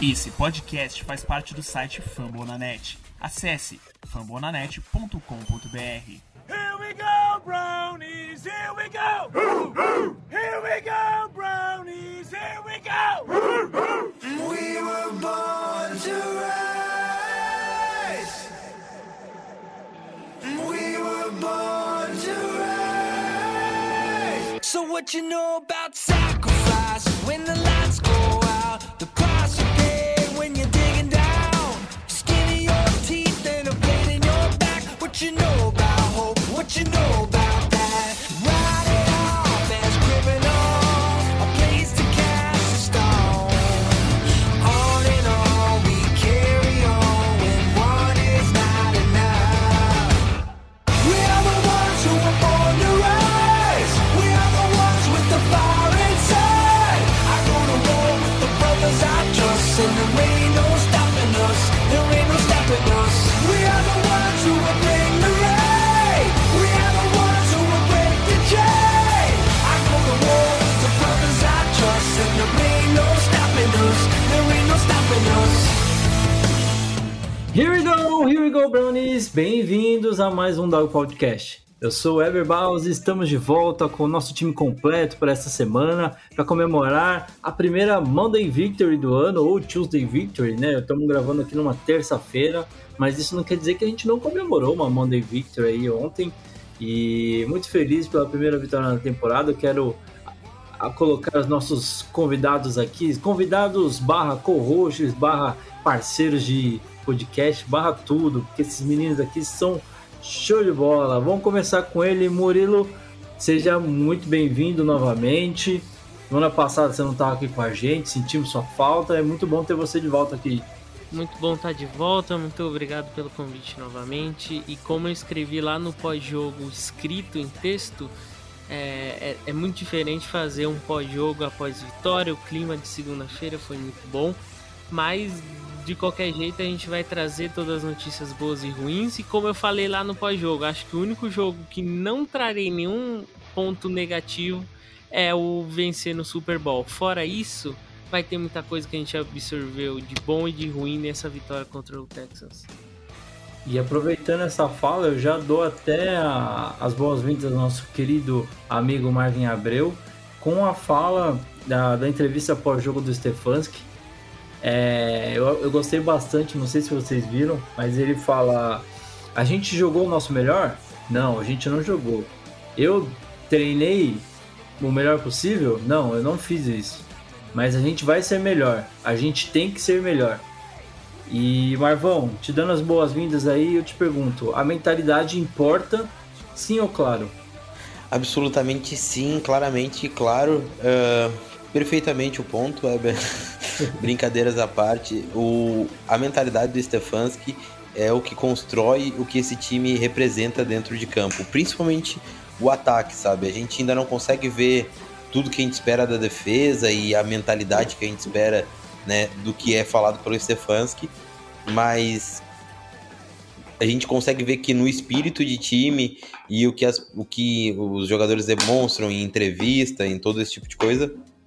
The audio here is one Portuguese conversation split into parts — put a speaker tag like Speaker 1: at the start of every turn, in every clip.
Speaker 1: Esse podcast faz parte do site Fambonanet. Acesse fambonanet.com.br.
Speaker 2: Here we go, brownies, here we go! Here we go, brownies, here we go!
Speaker 3: We were born to rise. We were born to rise. So what you know about sacrifice when the lights go out? The price you pay when you're digging down. Skin in your teeth and a blade in your back. What you know about hope? What you know about that? Write it off as criminal, a place to cast a stone. On and on we carry on when one is not enough. We are the ones who were born to rise. We are the ones with the fire inside. I go to war with the brothers I trust, and there ain't no stopping us. There ain't no stopping us. We are the ones who will bring the rain. We are the ones who will break the chain. I go to war with the brothers I trust, and there ain't no stopping us. There ain't no stopping us.
Speaker 4: Here we go, brownies! Bem-vindos a mais um Dog Podcast. Eu sou o Ever Baus e estamos de volta com o nosso time completo para essa semana para comemorar a primeira Monday Victory do ano, ou Tuesday Victory, né? Estamos gravando aqui numa terça-feira, mas isso não quer dizer que a gente não comemorou uma Monday Victory aí ontem. E muito feliz pela primeira vitória na temporada. Eu quero colocar os nossos convidados aqui, convidados / co-hosts / parceiros de podcast / tudo, porque esses meninos aqui são show de bola. Vamos começar com ele, Murilo. Seja muito bem-vindo novamente. Semana passada você não estava aqui com a gente, sentimos sua falta. É muito bom ter você de volta aqui.
Speaker 5: Muito bom estar de volta, muito obrigado pelo convite novamente. E como eu escrevi lá no pós-jogo escrito em texto, é muito diferente fazer um pós-jogo após vitória. O clima de segunda-feira foi muito bom, mas de qualquer jeito a gente vai trazer todas as notícias boas e ruins. E como eu falei lá no pós-jogo, acho que o único jogo que não trarei nenhum ponto negativo é o vencer no Super Bowl. Fora isso, vai ter muita coisa que a gente absorveu de bom e de ruim nessa vitória contra o Texans.
Speaker 4: E aproveitando essa fala, eu já dou até as boas-vindas ao nosso querido amigo Marvin Abreu com a fala da entrevista pós-jogo do Stefanski. Eu gostei bastante, não sei se vocês viram, mas ele fala: a gente jogou o nosso melhor? Não, a gente não jogou. Eu treinei o melhor possível? Não, eu não fiz isso. Mas a gente vai ser melhor, a gente tem que ser melhor. E Marvão, te dando as boas-vindas aí, eu te pergunto: a mentalidade importa, sim ou claro?
Speaker 6: Absolutamente sim, claramente, claro. Perfeitamente o ponto, Weber. Brincadeiras à parte, a mentalidade do Stefanski é o que constrói o que esse time representa dentro de campo, principalmente o ataque, sabe? A gente ainda não consegue ver tudo que a gente espera da defesa e a mentalidade que a gente espera, né, do que é falado pelo Stefanski, mas a gente consegue ver que no espírito de time e o que os jogadores demonstram em entrevista, em todo esse tipo de coisa,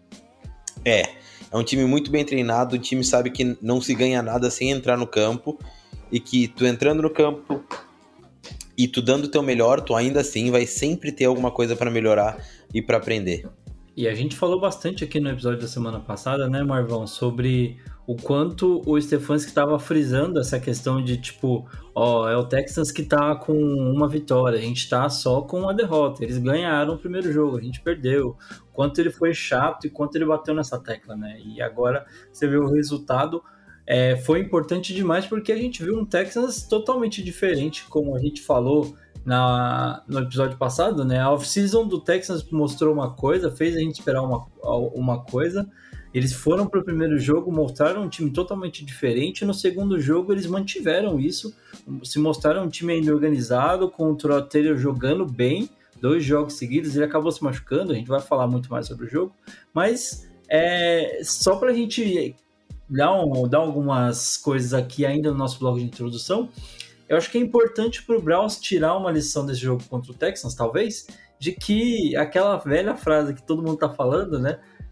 Speaker 6: é um time muito bem treinado. O time sabe que não se ganha nada sem entrar no campo, e que tu entrando no campo e tu dando o teu melhor, tu ainda assim vai sempre ter alguma coisa para melhorar e para aprender.
Speaker 4: E a gente falou bastante aqui no episódio da semana passada, né, Marvão, sobre o quanto o Stefanski estava frisando essa questão de tipo, é o Texans que tá com uma vitória, a gente tá só com uma derrota, eles ganharam o primeiro jogo, a gente perdeu. Quanto ele foi chato e quanto ele bateu nessa tecla, né? E agora você vê o resultado. Foi importante demais porque a gente viu um Texans totalmente diferente, como a gente falou no episódio passado, né? A off-season do Texans mostrou uma coisa, fez a gente esperar uma coisa. Eles foram para o primeiro jogo, mostraram um time totalmente diferente. No segundo jogo eles mantiveram isso, se mostraram um time ainda organizado, com o Tyrod Taylor jogando bem. 2 jogos seguidos, ele acabou se machucando, a gente vai falar muito mais sobre o jogo, mas só para a gente dar algumas coisas aqui ainda no nosso blog de introdução, eu acho que é importante para o Browns tirar uma lição desse jogo contra o Texans, talvez, de que aquela velha frase que todo mundo tá falando, né,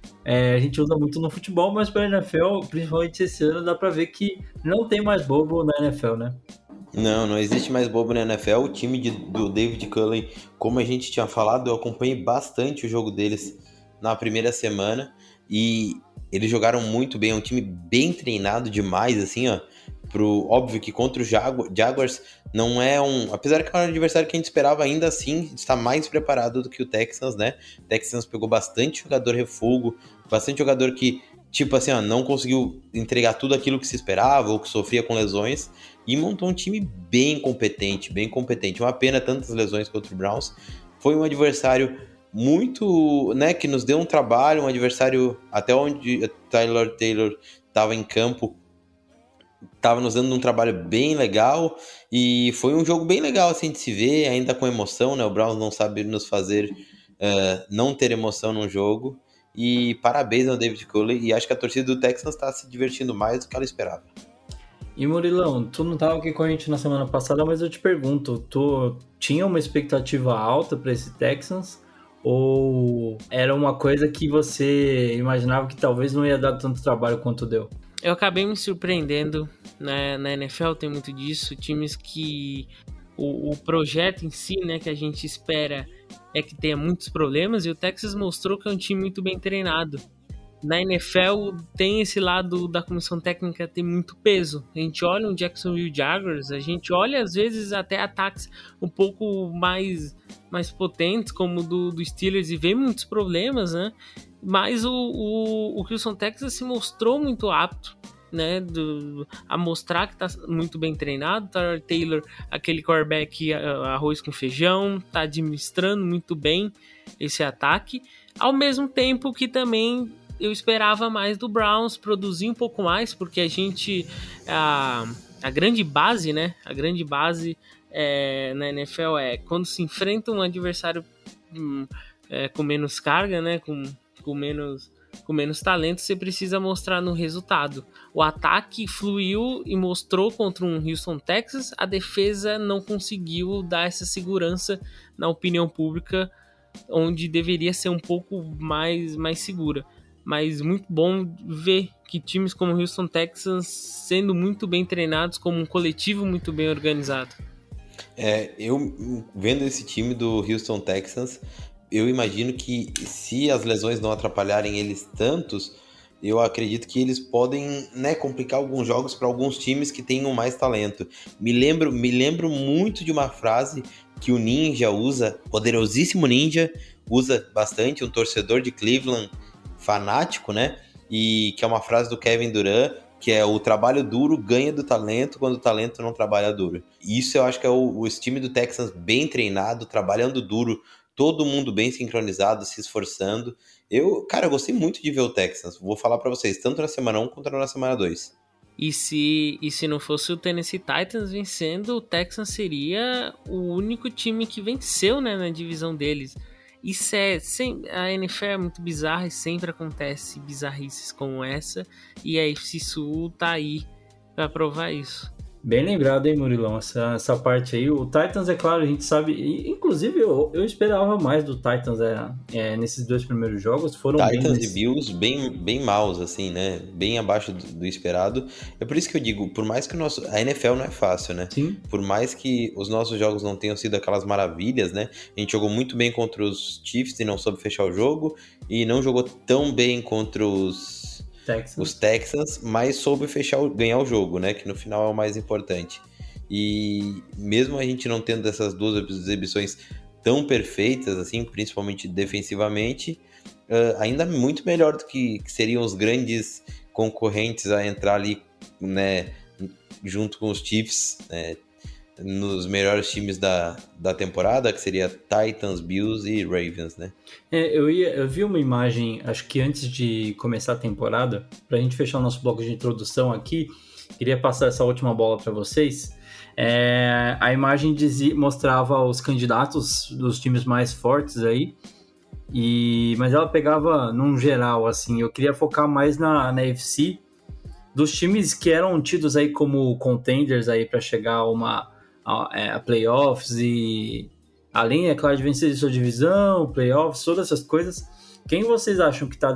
Speaker 4: a gente usa muito no futebol, mas para a NFL, principalmente esse ano, dá para ver que não tem mais bobo na NFL, né?
Speaker 6: Não existe mais bobo na NFL. O time do David Culley, como a gente tinha falado, eu acompanhei bastante o jogo deles na primeira semana e eles jogaram muito bem. É um time bem treinado demais, assim, ó. Óbvio que contra o Jaguars não é apesar que é um adversário que a gente esperava, ainda assim está mais preparado do que o Texans, né? O Texans pegou bastante jogador refugo, bastante jogador que, tipo assim, ó, não conseguiu entregar tudo aquilo que se esperava ou que sofria com lesões e montou um time bem competente, bem competente. Uma pena tantas lesões contra o Browns. Foi um adversário muito, né, que nos deu um trabalho, um adversário até onde Tyler Taylor estava em campo, estava nos dando um trabalho bem legal e foi um jogo bem legal assim de se ver, ainda com emoção, né? O Browns não sabe nos fazer não ter emoção num jogo. E parabéns ao David Culley, e acho que a torcida do Texans está se divertindo mais do que ela esperava.
Speaker 4: E Murilão, tu não estava aqui com a gente na semana passada, mas eu te pergunto, tu tinha uma expectativa alta para esse Texans? Ou era uma coisa que você imaginava que talvez não ia dar tanto trabalho quanto deu?
Speaker 5: Eu acabei me surpreendendo, né? Na NFL tem muito disso, times que o projeto em si, né, que a gente espera é que tenha muitos problemas, e o Texas mostrou que é um time muito bem treinado. Na NFL tem esse lado da comissão técnica ter muito peso. A gente olha o Jacksonville Jaguars, a gente olha às vezes até ataques um pouco mais potentes, como do Steelers, e vê muitos problemas, né? Mas o Houston Texans se mostrou muito apto, né, a mostrar que está muito bem treinado. Tyler Taylor, aquele quarterback arroz com feijão, está administrando muito bem esse ataque, ao mesmo tempo que também eu esperava mais do Browns, produzir um pouco mais, porque a grande base, né, na NFL é quando se enfrenta um adversário com menos carga, né, com menos talento, você precisa mostrar no resultado. O ataque fluiu e mostrou contra um Houston Texans, a defesa não conseguiu dar essa segurança na opinião pública, onde deveria ser um pouco mais segura. Mas muito bom ver que times como o Houston Texans sendo muito bem treinados, como um coletivo muito bem organizado.
Speaker 6: Eu vendo esse time do Houston Texans, eu imagino que se as lesões não atrapalharem eles tantos, eu acredito que eles podem, né, complicar alguns jogos para alguns times que tenham mais talento. Me lembro muito de uma frase que o Ninja usa, poderosíssimo Ninja, usa bastante, um torcedor de Cleveland fanático, né? E que é uma frase do Kevin Durant, que é: o trabalho duro ganha do talento quando o talento não trabalha duro. Isso eu acho que é o time do Texans bem treinado, trabalhando duro, todo mundo bem sincronizado, se esforçando. Eu gostei muito de ver o Texans, vou falar pra vocês, tanto na semana 1 quanto na semana 2.
Speaker 5: E se não fosse o Tennessee Titans vencendo, o Texans seria o único time que venceu, né, na divisão deles. Isso a NFL é muito bizarra e sempre acontece bizarrices como essa, e a AFC Sul tá aí pra provar isso.
Speaker 4: Bem lembrado, hein, Murilão, essa parte aí. O Titans, é claro, a gente sabe, inclusive eu esperava mais do Titans nesses dois primeiros jogos. Foram
Speaker 6: Titans e Bills bem maus, assim, né? Bem abaixo do esperado. É por isso que eu digo, por mais que a NFL não é fácil, né?
Speaker 4: Sim.
Speaker 6: Por mais que os nossos jogos não tenham sido aquelas maravilhas, né? A gente jogou muito bem contra os Chiefs e não soube fechar o jogo, e não jogou tão bem contra os Texans, mas soube ganhar o jogo, né? Que no final é o mais importante. E mesmo a gente não tendo essas duas exibições tão perfeitas, assim, principalmente defensivamente, ainda muito melhor do que seriam os grandes concorrentes a entrar ali, né, junto com os Chiefs, né, nos melhores times da temporada, que seria Titans, Bills e Ravens, né?
Speaker 4: Eu vi uma imagem, acho que antes de começar a temporada, pra gente fechar o nosso bloco de introdução aqui, queria passar essa última bola para vocês. A imagem mostrava os candidatos dos times mais fortes aí, mas ela pegava num geral, assim. Eu queria focar mais na AFC, dos times que eram tidos aí como contenders aí para chegar a playoffs, e além, é claro, de vencer sua divisão, playoffs, todas essas coisas, Quem vocês acham que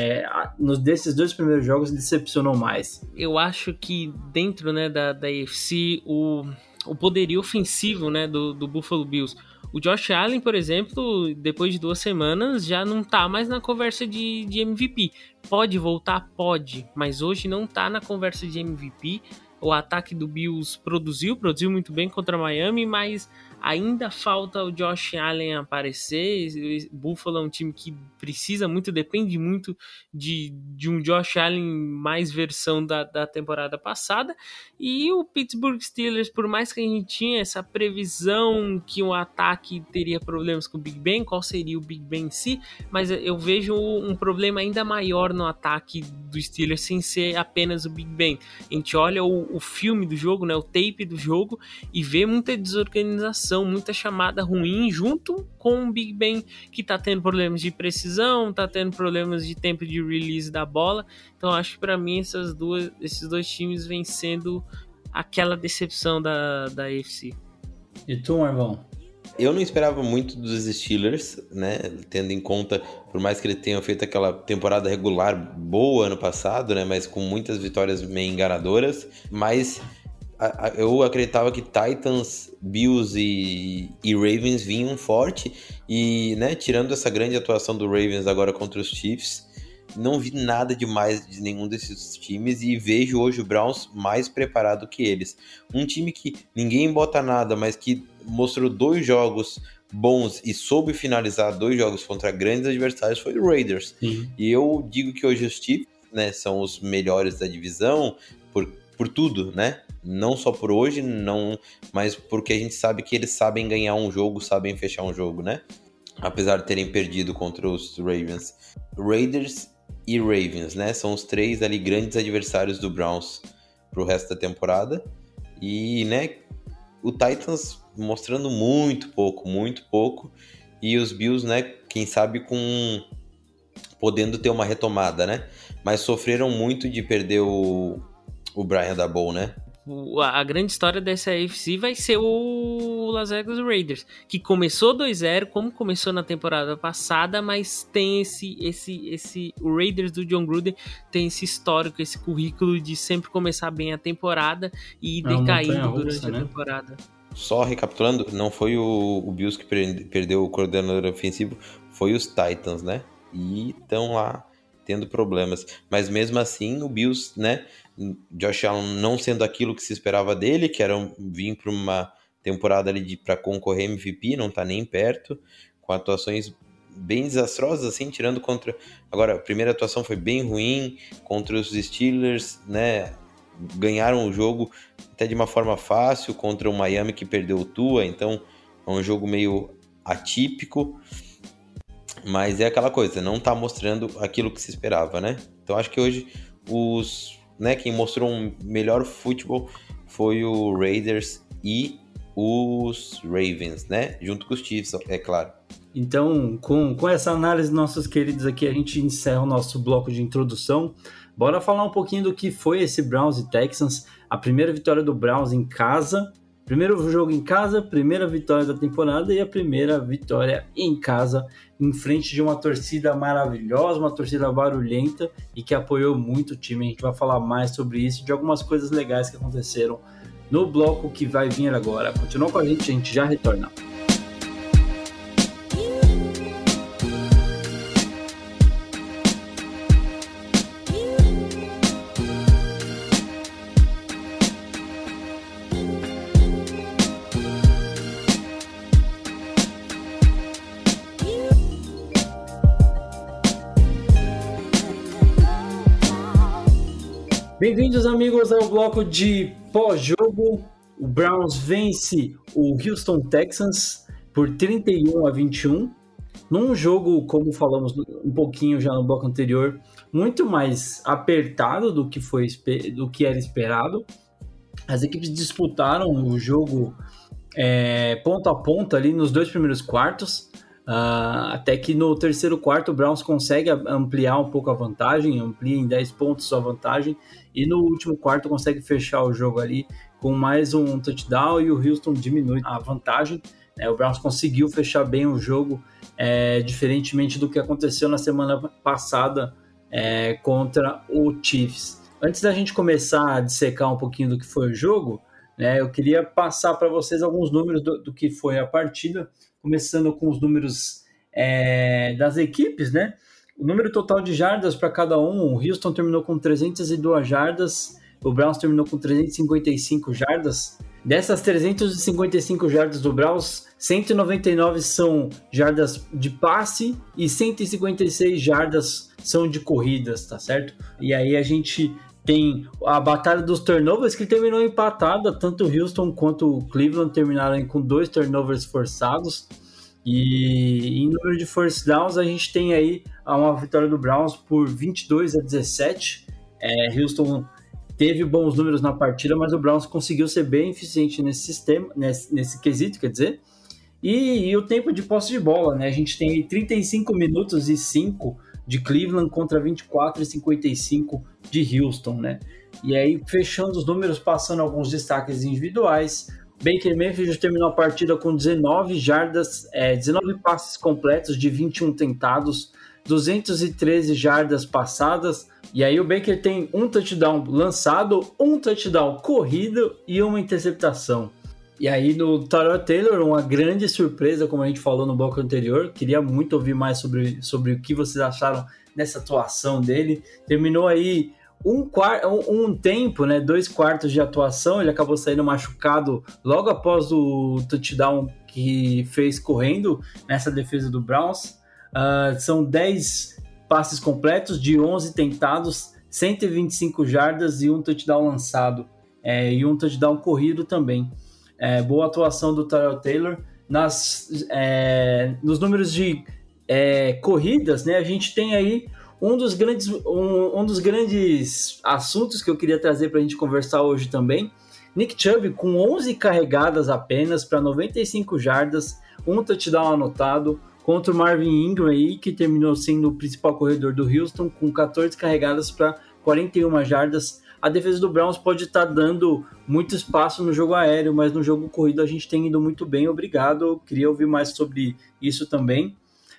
Speaker 4: desses 2 primeiros jogos decepcionou mais?
Speaker 5: Eu acho que dentro, né, da AFC, o poderio ofensivo, né, do Buffalo Bills. O Josh Allen, por exemplo, depois de 2 semanas, já não tá mais na conversa de MVP. Pode voltar? Pode, mas hoje não tá na conversa de MVP. O ataque do Bills produziu muito bem contra Miami, mas ainda falta o Josh Allen aparecer. O Buffalo é um time que precisa muito, depende muito de um Josh Allen mais versão da temporada passada. E o Pittsburgh Steelers, por mais que a gente tinha essa previsão que o ataque teria problemas com o Big Ben, qual seria o Big Ben em si, mas eu vejo um problema ainda maior no ataque do Steelers sem ser apenas o Big Ben. A gente olha o filme do jogo, né, o tape do jogo, e vê muita desorganização, muita chamada ruim, junto com o Big Ben, que tá tendo problemas de precisão, tá tendo problemas de tempo de release da bola. Então acho que para mim esses 2 times vêm sendo aquela decepção da AFC.
Speaker 4: E tu, Marvão?
Speaker 6: Eu não esperava muito dos Steelers, né? Tendo em conta, por mais que eles tenham feito aquela temporada regular boa ano passado, né? Mas com muitas vitórias meio enganadoras. Mas eu acreditava que Titans, Bills e Ravens vinham forte. E, né, tirando essa grande atuação do Ravens agora contra os Chiefs, não vi nada demais de nenhum desses times e vejo hoje o Browns mais preparado que eles. Um time que ninguém bota nada, mas que mostrou 2 jogos bons e soube finalizar 2 jogos contra grandes adversários foi o Raiders.
Speaker 4: Sim.
Speaker 6: E eu digo que hoje os Chiefs, né, são os melhores da divisão por tudo, né? Não só por hoje, não, mas porque a gente sabe que eles sabem ganhar um jogo, sabem fechar um jogo, né? Apesar de terem perdido contra os Ravens. Raiders e Ravens, né? São os 3 ali grandes adversários do Browns pro resto da temporada. E, né, o Titans mostrando muito pouco. E os Bills, né, quem sabe podendo ter uma retomada, né? Mas sofreram muito de perder o Brian Daboll, né?
Speaker 5: A grande história dessa AFC vai ser o Las Vegas Raiders, que começou 2-0, como começou na temporada passada, mas tem o Raiders do John Gruden tem esse histórico, esse currículo de sempre começar bem a temporada e ir decaindo durante a temporada.
Speaker 6: Só recapitulando, não foi o Bills que perdeu o coordenador ofensivo, foi os Titans, né? E estão lá tendo problemas. Mas mesmo assim, o Bills, né? Josh Allen não sendo aquilo que se esperava dele, que era vir para uma temporada ali para concorrer MVP, não tá nem perto, com atuações bem desastrosas, assim, tirando contra... Agora, a primeira atuação foi bem ruim contra os Steelers, né? Ganharam o jogo até de uma forma fácil contra o Miami que perdeu o Tua, então é um jogo meio atípico, mas é aquela coisa, não tá mostrando aquilo que se esperava, né? Então acho que hoje quem mostrou um melhor futebol foi o Raiders e os Ravens, né? Junto com os Chiefs, é claro.
Speaker 4: Então, com essa análise dos nossos queridos aqui, a gente encerra o nosso bloco de introdução. Bora falar um pouquinho do que foi esse Browns e Texans, a primeira vitória do Browns em casa, primeiro jogo em casa, primeira vitória da temporada e a primeira vitória em casa, em frente de uma torcida maravilhosa, uma torcida barulhenta e que apoiou muito o time. A gente vai falar mais sobre isso e de algumas coisas legais que aconteceram no bloco que vai vir agora. Continua com a gente já retorna. Bem-vindos, amigos, ao bloco de pós-jogo. O Browns vence o Houston Texans por 31-21, num jogo, como falamos um pouquinho já no bloco anterior, muito mais apertado do que era esperado. As equipes disputaram o jogo ponto a ponto ali nos 2 primeiros quartos, até que no terceiro quarto o Browns consegue ampliar um pouco a vantagem, amplia em 10 pontos sua vantagem, e no último quarto consegue fechar o jogo ali com mais um touchdown e o Houston diminui a vantagem. O Browns conseguiu fechar bem o jogo, diferentemente do que aconteceu na semana passada contra o Chiefs. Antes da gente começar a dissecar um pouquinho do que foi o jogo, eu queria passar para vocês alguns números do que foi a partida, começando com os números das equipes, né? O número total de jardas para cada um: o Houston terminou com 302 jardas, o Browns terminou com 355 jardas. Dessas 355 jardas do Browns, 199 são jardas de passe e 156 jardas são de corridas, tá certo? E aí a gente tem a batalha dos turnovers, que terminou empatada, tanto o Houston quanto o Cleveland terminaram com 2 turnovers forçados. E em número de first downs, a gente tem aí uma vitória do Browns por 22-17. Houston teve bons números na partida, mas o Browns conseguiu ser bem eficiente nesse sistema, nesse quesito, quer dizer. E o tempo de posse de bola, né? A gente tem 35 minutos e 5 de Cleveland contra 24 e 55 de Houston, né? E aí, fechando os números, passando alguns destaques individuais, Baker Mayfield terminou a partida com 19 jardas, 19 passes completos de 21 tentados, 213 jardas passadas. E aí o Baker tem um touchdown lançado, um touchdown corrido e uma interceptação. E aí no Tyrod Taylor, uma grande surpresa, como a gente falou no bloco anterior. Queria muito ouvir mais sobre o que vocês acharam dessa atuação dele. Terminou aí um tempo, né, 2 quartos de atuação. Ele acabou saindo machucado logo após o touchdown que fez correndo nessa defesa do Browns. São 10 passes completos de 11 tentados, 125 jardas e um touchdown lançado, e um touchdown corrido também. Boa atuação do Tyrod Taylor. Nos números de corridas, né, a gente tem aí um dos grandes assuntos que eu queria trazer para a gente conversar hoje também. Nick Chubb com 11 carregadas apenas para 95 jardas, um touchdown anotado, contra o Marvin Ingram aí, que terminou sendo o principal corredor do Houston, com 14 carregadas para 41 jardas. A defesa do Browns pode estar dando muito espaço no jogo aéreo, mas no jogo corrido a gente tem ido muito bem, obrigado. Eu queria ouvir mais sobre isso também.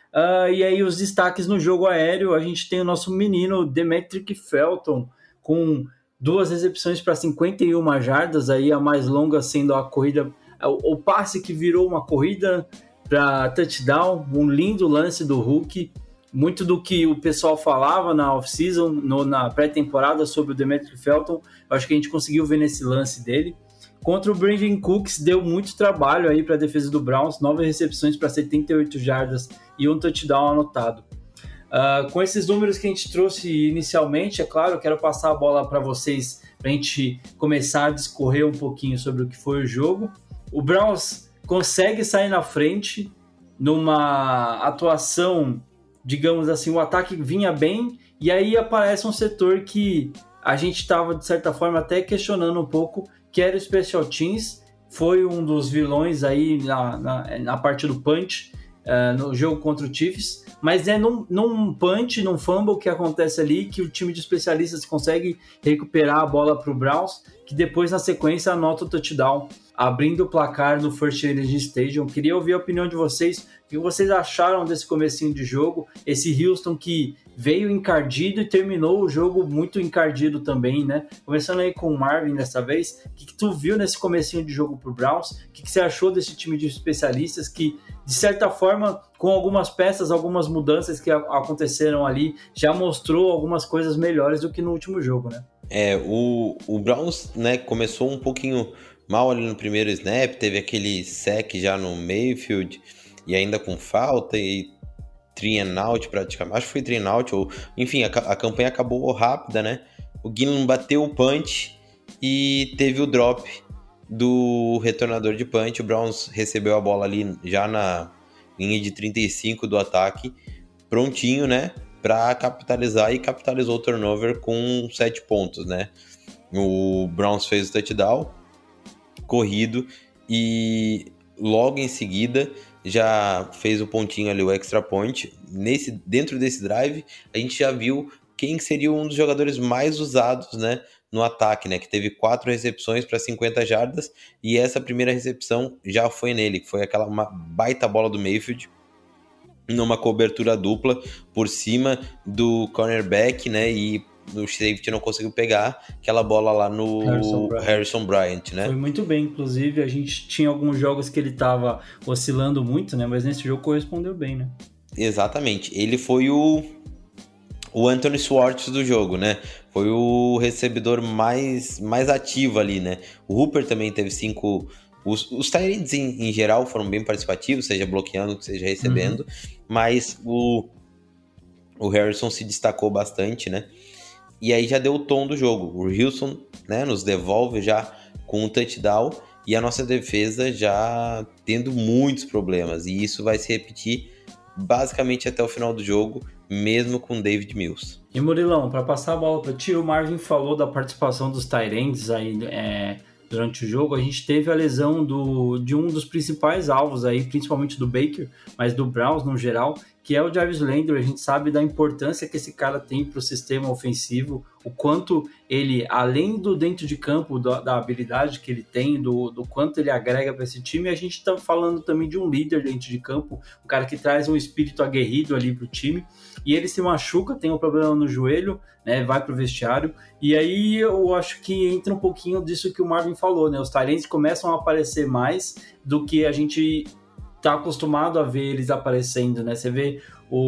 Speaker 4: E aí os destaques no jogo aéreo, a gente tem o nosso menino Demetric Felton, com 2 recepções para 51 jardas, aí a mais longa sendo a corrida, o passe que virou uma corrida para touchdown, um lindo lance do Hulk, muito do que o pessoal falava na off-season, na pré-temporada sobre o Demetric Felton, eu acho que a gente conseguiu ver nesse lance dele. Contra o Brandon Cooks, deu muito trabalho aí para a defesa do Browns, 9 recepções para 78 jardas e um touchdown anotado. Com esses números que a gente trouxe inicialmente, é claro, eu quero passar a bola para vocês, para a gente começar a discorrer um pouquinho sobre o que foi o jogo. O Browns consegue sair na frente numa atuação, digamos assim, o ataque vinha bem, e aí aparece um setor que a gente estava, de certa forma, até questionando um pouco, que era o Special Teams. Foi um dos vilões aí na parte do punch, no jogo contra o Chiefs, mas num punch, num fumble que acontece ali, que o time de especialistas consegue recuperar a bola para o Browns, que depois na sequência anota o touchdown, abrindo o placar no First Energy Stadium. Queria ouvir a opinião de vocês, o que vocês acharam desse comecinho de jogo, esse Houston que veio encardido e terminou o jogo muito encardido também, né? Começando aí com o Marvin dessa vez, o que tu viu nesse comecinho de jogo pro Browns? O que você achou desse time de especialistas que, de certa forma, com algumas peças, algumas mudanças que aconteceram ali, já mostrou algumas coisas melhores do que no último jogo, né?
Speaker 6: O Browns, né, começou um pouquinho mal ali no primeiro snap, teve aquele sack já no Mayfield, e ainda com falta, e 3 and out praticamente, acho que foi 3 and out, ou, enfim, a campanha acabou rápida, né? O Gillen bateu o punch e teve o drop do retornador de punch. O Browns recebeu a bola ali já na linha de 35 do ataque, prontinho, né, para capitalizar, e capitalizou o turnover com 7 pontos, né? O Browns fez o touchdown corrido e logo em seguida já fez o pontinho ali, o extra point. Dentro desse drive, a gente já viu quem seria um dos jogadores mais usados, né, no ataque, né? Que teve 4 recepções para 50 jardas e essa primeira recepção já foi nele, que foi aquela uma baita bola do Mayfield numa cobertura dupla por cima do cornerback, né? E o safety não conseguiu pegar aquela bola lá no Harrison Bryant, né?
Speaker 4: Foi muito bem, inclusive a gente tinha alguns jogos que ele tava oscilando muito, né? Mas nesse jogo correspondeu bem, né? Exatamente,
Speaker 6: ele foi o Anthony Schwartz do jogo, né? Foi o recebedor mais ativo ali, né? O Hooper também teve 5... Os tight ends em geral foram bem participativos, seja bloqueando, seja recebendo, mas o Harrison se destacou bastante, né? E aí já deu o tom do jogo. O Wilson, né, nos devolve já com um touchdown e a nossa defesa já tendo muitos problemas. E isso vai se repetir basicamente até o final do jogo, mesmo com David Mills.
Speaker 4: E Murilão, para passar a bola para ti, o Marvin falou da participação dos tight ends aí durante o jogo. A gente teve a lesão de um dos principais alvos aí, principalmente do Baker, mas do Browns no geral, que é o Jarvis Landry. A gente sabe da importância que esse cara tem para o sistema ofensivo, o quanto ele, além do dentro de campo, da habilidade que ele tem, do quanto ele agrega para esse time. A gente está falando também de um líder dentro de campo, um cara que traz um espírito aguerrido ali para o time, e ele se machuca, tem um problema no joelho, né, vai para o vestiário, e aí eu acho que entra um pouquinho disso que o Marvin falou, né, os tight ends começam a aparecer mais do que a gente tá acostumado a ver eles aparecendo, né? Você vê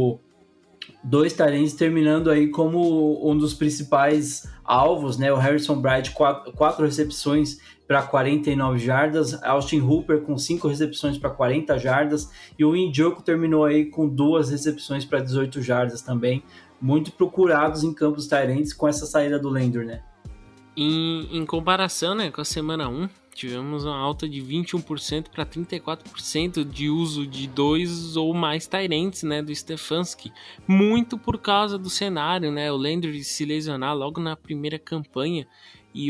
Speaker 4: dois tight ends terminando aí como um dos principais alvos, né? O Harrison Bryant, 4 recepções para 49 jardas, Austin Hooper com 5 recepções para 40 jardas, e o Njoku terminou aí com 2 recepções para 18 jardas também, muito procurados em campos tight ends com essa saída do Landry, né?
Speaker 5: Em comparação, né, com a semana 1, tivemos uma alta de 21% para 34% de uso de 2 ou mais tight ends, né, do Stefanski, muito por causa do cenário, né, o Landry se lesionar logo na primeira campanha, e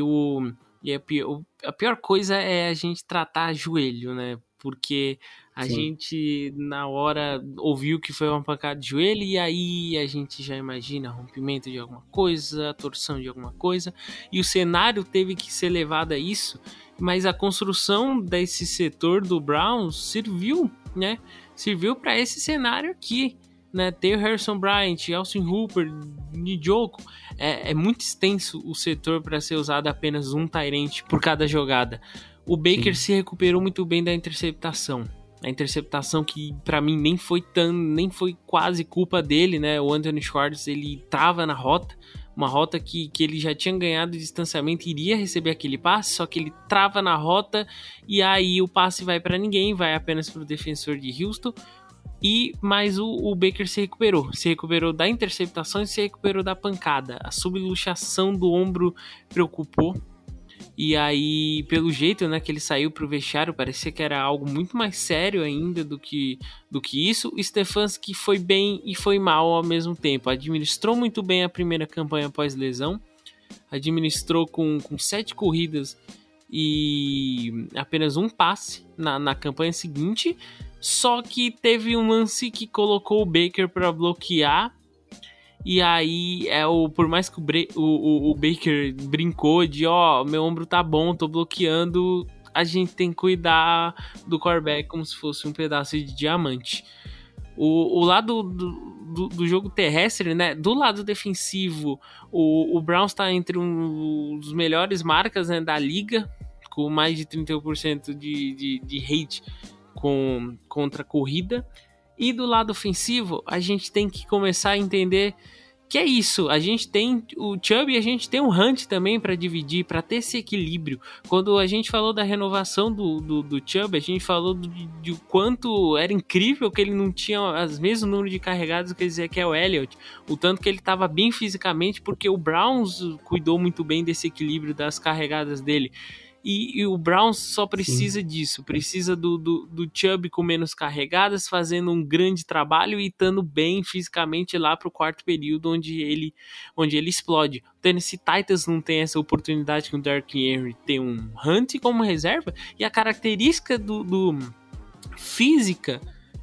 Speaker 5: a pior coisa é a gente tratar joelho, né, porque a gente na hora ouviu que foi uma pancada de joelho e aí a gente já imagina rompimento de alguma coisa, torção de alguma coisa, e o cenário teve que ser levado a isso, mas a construção desse setor do Browns serviu, né? Serviu para esse cenário aqui, né? Ter o Harrison Bryant, Austin Hooper, Njoku, é muito extenso o setor para ser usado apenas um tight end por cada jogada. O Baker se recuperou muito bem da interceptação. A interceptação que para mim nem foi quase culpa dele, né? O Anthony Schwartz, ele trava na rota, uma rota que ele já tinha ganhado de distanciamento, iria receber aquele passe, só que ele trava na rota e aí o passe vai para ninguém, vai apenas para o defensor de Houston. Mas o Baker se recuperou da interceptação e se recuperou da pancada. A subluxação do ombro preocupou. E aí, pelo jeito, né, que ele saiu pro vestiário, parecia que era algo muito mais sério ainda do que isso. O Stefanski foi bem e foi mal ao mesmo tempo. Administrou muito bem a primeira campanha pós-lesão. Administrou com 7 corridas e apenas um passe na campanha seguinte. Só que teve um lance que colocou o Baker para bloquear. E aí, por mais que o Baker brincou de, meu ombro tá bom, tô bloqueando, a gente tem que cuidar do quarterback como se fosse um pedaço de diamante. O lado do jogo terrestre, né, do lado defensivo, o Browns tá entre um dos melhores marcas, né, da liga, com mais de 31% de rate contra a corrida. E do lado ofensivo, a gente tem que começar a entender que é isso. A gente tem o Chubb e a gente tem o Hunt também para dividir, para ter esse equilíbrio. Quando a gente falou da renovação do Chubb, a gente falou de quanto era incrível que ele não tinha os mesmos números de carregados que Ezekiel Elliott, o tanto que ele estava bem fisicamente, porque o Browns cuidou muito bem desse equilíbrio das carregadas dele. E o Browns só precisa disso, precisa do Chubb com menos carregadas, fazendo um grande trabalho e estando bem fisicamente lá para o quarto período, onde ele explode. O Tennessee Titans não tem essa oportunidade que o Derrick Henry tem um Hunt como reserva, e a característica física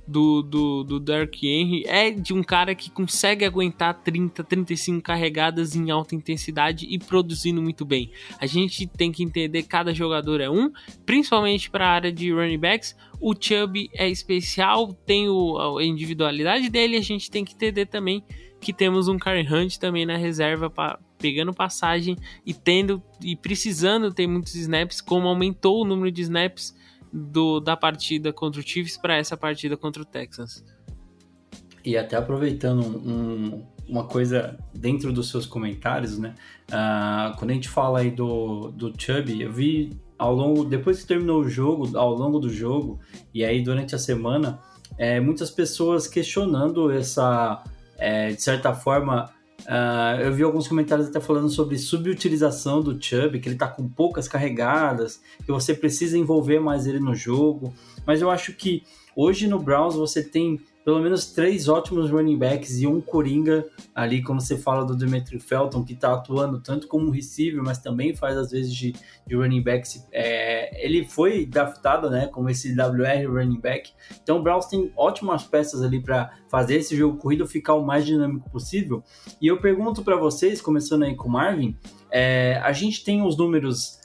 Speaker 5: do Derrick Henry é de um cara que consegue aguentar 30, 35 carregadas em alta intensidade e produzindo muito bem. A gente tem que entender que cada jogador é principalmente para a área de running backs. O Chubb é especial, tem a individualidade dele, a gente tem que entender também que temos um Kareem Hunt também na reserva, pegando passagem e precisando ter muitos snaps, como aumentou o número de snaps da partida contra o Chiefs para essa partida contra o Texans.
Speaker 4: E até aproveitando uma coisa dentro dos seus comentários, né? Quando a gente fala aí do Chubb, eu vi depois que terminou o jogo, ao longo do jogo, e aí durante a semana, muitas pessoas questionando essa, de certa forma, eu vi alguns comentários até falando sobre subutilização do Chubb, que ele tá com poucas carregadas, que você precisa envolver mais ele no jogo, mas eu acho que hoje no Browns você tem pelo menos 3 ótimos running backs e um coringa ali, quando você fala do Demetri Felton, que tá atuando tanto como receiver, mas também faz às vezes de running back. Ele foi draftado, né, como esse WR running back, então o Browns tem ótimas peças ali para fazer esse jogo corrido ficar o mais dinâmico possível. E eu pergunto para vocês, começando aí com o Marvin, a gente tem os números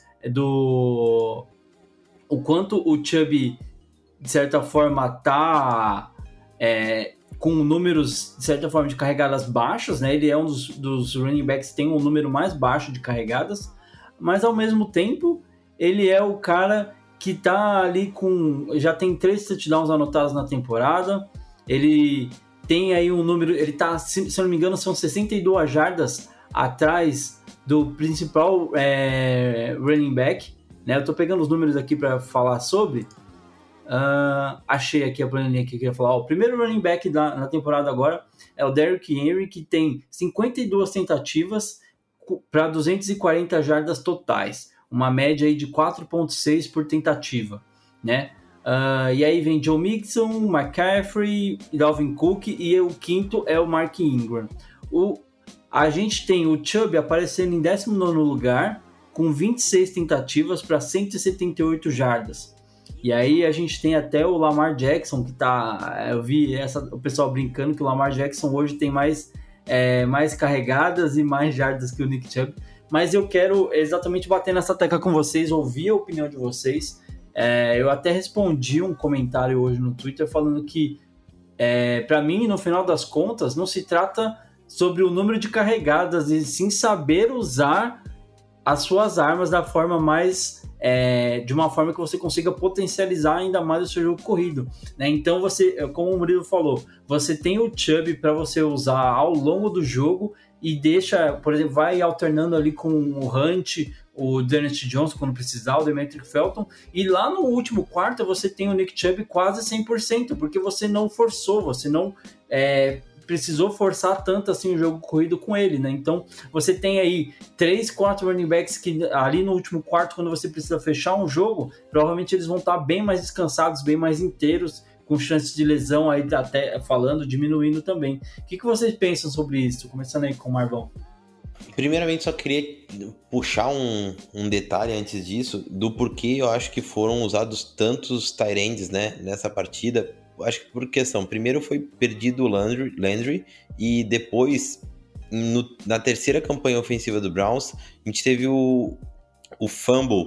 Speaker 4: o quanto o Chubb de certa forma tá com números, de certa forma, de carregadas baixas, né? Ele é um dos running backs que tem um número mais baixo de carregadas, mas ao mesmo tempo, ele é o cara que tá ali já tem 3 touchdowns anotados na temporada, ele tem aí um número, ele tá, se eu não me engano, são 62 jardas atrás do principal running back, né? Eu tô pegando os números aqui para falar sobre. Achei aqui a planilha que eu queria falar. O primeiro running back na temporada agora é o Derrick Henry, que tem 52 tentativas para 240 jardas totais, uma média aí de 4.6 por tentativa, né? E aí vem Joe Mixon, McCaffrey, Dalvin Cook, e o quinto é o Mark Ingram. A gente tem o Chubb aparecendo em 19º lugar com 26 tentativas para 178 jardas. E aí a gente tem até o Lamar Jackson, que tá... Eu vi o pessoal brincando que o Lamar Jackson hoje tem mais carregadas e mais jardas que o Nick Chubb. Mas eu quero exatamente bater nessa tecla com vocês, ouvir a opinião de vocês. Eu até respondi um comentário hoje no Twitter falando que, para mim, no final das contas, não se trata sobre o número de carregadas, e sim saber usar as suas armas da forma mais... de uma forma que você consiga potencializar ainda mais o seu jogo corrido, né? Então como o Murilo falou, você tem o Chubb para você usar ao longo do jogo e deixa, por exemplo, vai alternando ali com o Hunt, o D'Ernest Johnson quando precisar, o Demetri Felton, e lá no último quarto você tem o Nick Chubb quase 100%, porque você não forçou, você não precisou forçar tanto assim o jogo corrido com ele, né? Então você tem aí 3, 4 running backs que ali no último quarto, quando você precisa fechar um jogo, provavelmente eles vão estar bem mais descansados, bem mais inteiros, com chances de lesão aí até diminuindo também. O que vocês pensam sobre isso? Começando aí com o Marvão.
Speaker 6: Primeiramente, só queria puxar um detalhe antes disso, do porquê eu acho que foram usados tantos tight ends, né, nessa partida. Acho que por questão, primeiro foi perdido o Landry e depois, na terceira campanha ofensiva do Browns, a gente teve o fumble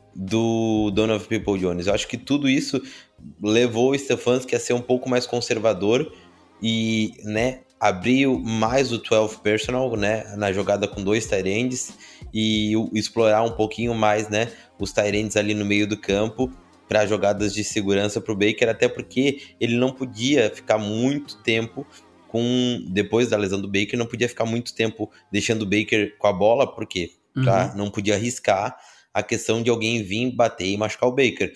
Speaker 6: do Donovan Peoples-Jones. Eu acho que tudo isso levou o Stefanski a ser um pouco mais conservador e, né, abriu mais o 12 personnel, né, na jogada com 2 tight ends e explorar um pouquinho mais, né, os tight ends ali no meio do campo para jogadas de segurança para o Baker, até porque ele não podia ficar muito tempo depois da lesão do Baker, não podia ficar muito tempo deixando o Baker com a bola, porque não podia arriscar a questão de alguém vir bater e machucar o Baker.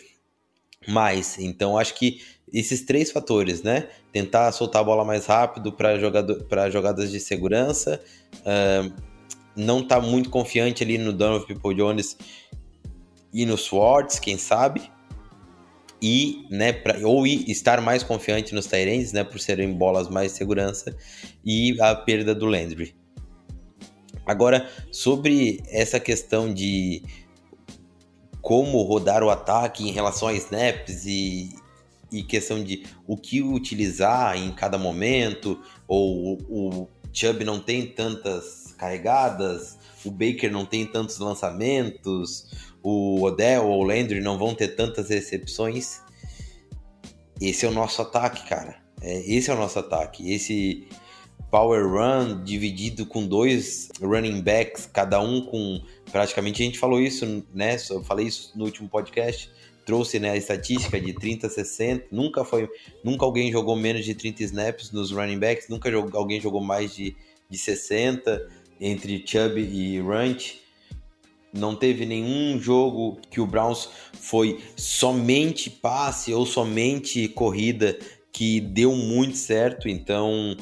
Speaker 6: Mas, então, acho que esses 3 fatores, né? Tentar soltar a bola mais rápido para jogadas de segurança, não tá muito confiante ali no Donovan Peoples-Jones e no Swartz, quem sabe, e, né, ou estar mais confiante nos tight ends, né, por serem bolas mais de segurança, e a perda do Landry. Agora, sobre essa questão de como rodar o ataque em relação a snaps e e questão de o que utilizar em cada momento, ou o Chubb não tem tantas carregadas, o Baker não tem tantos lançamentos, o Odell ou o Landry não vão ter tantas recepções. Esse é o nosso ataque, cara. Esse é o nosso ataque. Esse power run dividido com 2 running backs, cada um com praticamente, a gente falou isso, né? Eu falei isso no último podcast, trouxe, né, a estatística de 30-60, nunca alguém jogou menos de 30 snaps nos running backs, nunca alguém jogou mais de 60 entre Chubb e Runt. Não teve nenhum jogo que o Browns foi somente passe ou somente corrida que deu muito certo. Então,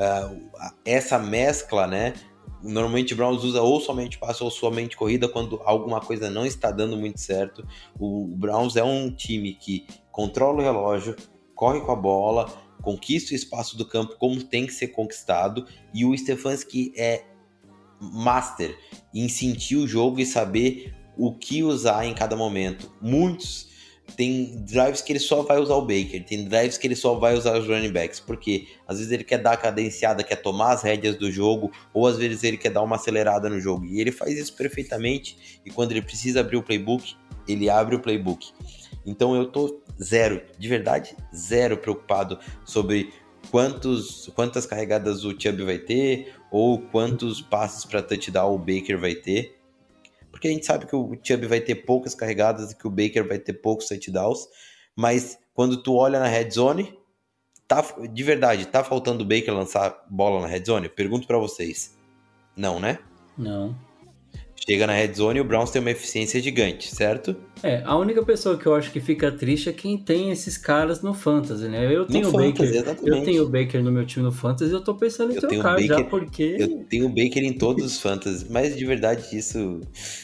Speaker 6: essa mescla, né? Normalmente o Browns usa ou somente passe ou somente corrida quando alguma coisa não está dando muito certo. O Browns é um time que controla o relógio, corre com a bola, conquista o espaço do campo como tem que ser conquistado, e o Stefanski é master em sentir o jogo e saber o que usar em cada momento. Muitos tem drives que ele só vai usar o Baker, tem drives que ele só vai usar os running backs, porque às vezes ele quer dar a cadenciada, quer tomar as rédeas do jogo, ou às vezes ele quer dar uma acelerada no jogo, e ele faz isso perfeitamente, e quando ele precisa abrir o playbook, ele abre o playbook. Então eu tô de verdade, zero preocupado sobre quantas carregadas o Chubb vai ter, ou quantos passes para touchdown o Baker vai ter, porque a gente sabe que o Chubb vai ter poucas carregadas e que o Baker vai ter poucos touchdowns, mas quando tu olha na red zone, de verdade, tá faltando o Baker lançar bola na red zone? Pergunto para vocês. Não, né?
Speaker 4: Não.
Speaker 6: Chega na red zone e o Browns tem uma eficiência gigante, certo?
Speaker 4: A única pessoa que eu acho que fica triste é quem tem esses caras no Fantasy, né? Eu tenho o Baker no meu time no Fantasy e eu tô pensando em trocar já, porque...
Speaker 6: Eu tenho o Baker em todos os Fantasy, mas de verdade isso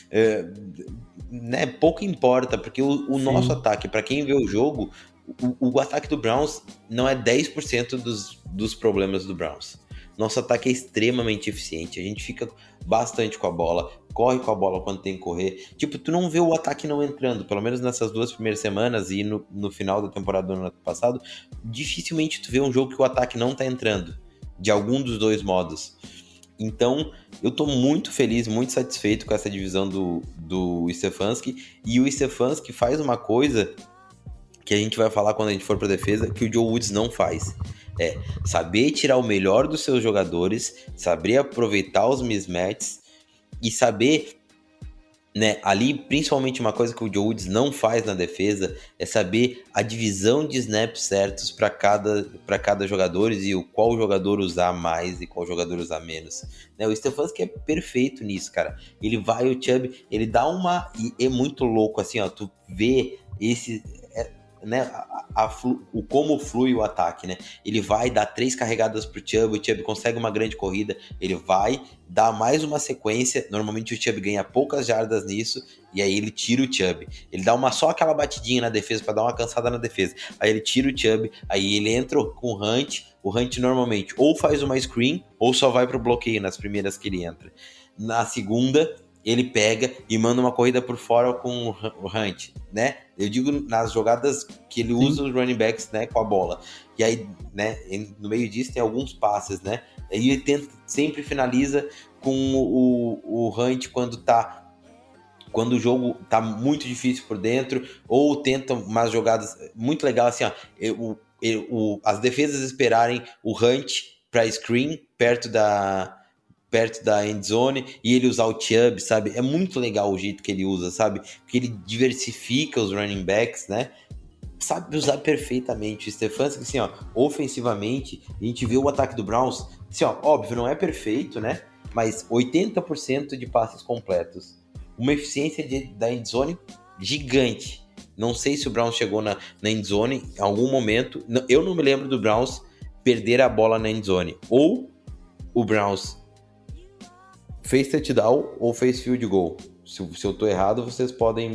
Speaker 6: né, pouco importa, porque o nosso ataque, para quem vê o jogo, o ataque do Browns não é 10% dos problemas do Browns. Nosso ataque é extremamente eficiente, a gente fica bastante com a bola, corre com a bola quando tem que correr. Tipo, tu não vê o ataque não entrando, pelo menos nessas 2 primeiras semanas e no final da temporada do ano passado, dificilmente tu vê um jogo que o ataque não tá entrando, de algum dos 2 modos. Então, eu tô muito feliz, muito satisfeito com essa divisão do Stefanski, e o Stefanski faz uma coisa que a gente vai falar quando a gente for pra defesa, que o Joe Woods não faz. É saber tirar o melhor dos seus jogadores, saber aproveitar os mismatches e saber, né, ali principalmente uma coisa que o Joe Woods não faz na defesa é saber a divisão de snaps certos para cada jogador e o qual jogador usar mais e qual jogador usar menos, né? O Stefanski é perfeito nisso, cara. Ele vai, o Chubb, ele dá uma... E é muito louco, assim, ó, tu vê esse... né, como flui o ataque, né? Ele vai dar 3 carregadas pro Chubb, o Chubb consegue uma grande corrida, ele vai dar mais uma sequência, normalmente o Chubb ganha poucas jardas nisso, e aí ele tira o Chubb. Ele dá só aquela batidinha na defesa para dar uma cansada na defesa. Aí ele tira o Chubb, aí ele entra com o Hunt normalmente ou faz uma screen ou só vai pro bloqueio nas primeiras que ele entra. Na segunda, ele pega e manda uma corrida por fora com o Hunt, né? Eu digo nas jogadas que ele usa os running backs, né, com a bola. E aí, né, no meio disso tem alguns passes, né? Aí ele sempre finaliza com o Hunt quando o jogo tá muito difícil por dentro, ou tenta umas jogadas muito legais, assim, ó, as defesas esperarem o Hunt para screen perto da endzone e ele usar o Chubb, sabe? É muito legal o jeito que ele usa, sabe? Porque ele diversifica os running backs, né? Sabe usar perfeitamente. O Stefanski, assim, ó, ofensivamente, a gente vê o ataque do Browns, assim, ó, óbvio, não é perfeito, né? Mas 80% de passes completos. Uma eficiência da endzone gigante. Não sei se o Browns chegou na endzone em algum momento. Eu não me lembro do Browns perder a bola na endzone. Ou o Browns fez touchdown ou fez field goal. Se eu tô errado, vocês podem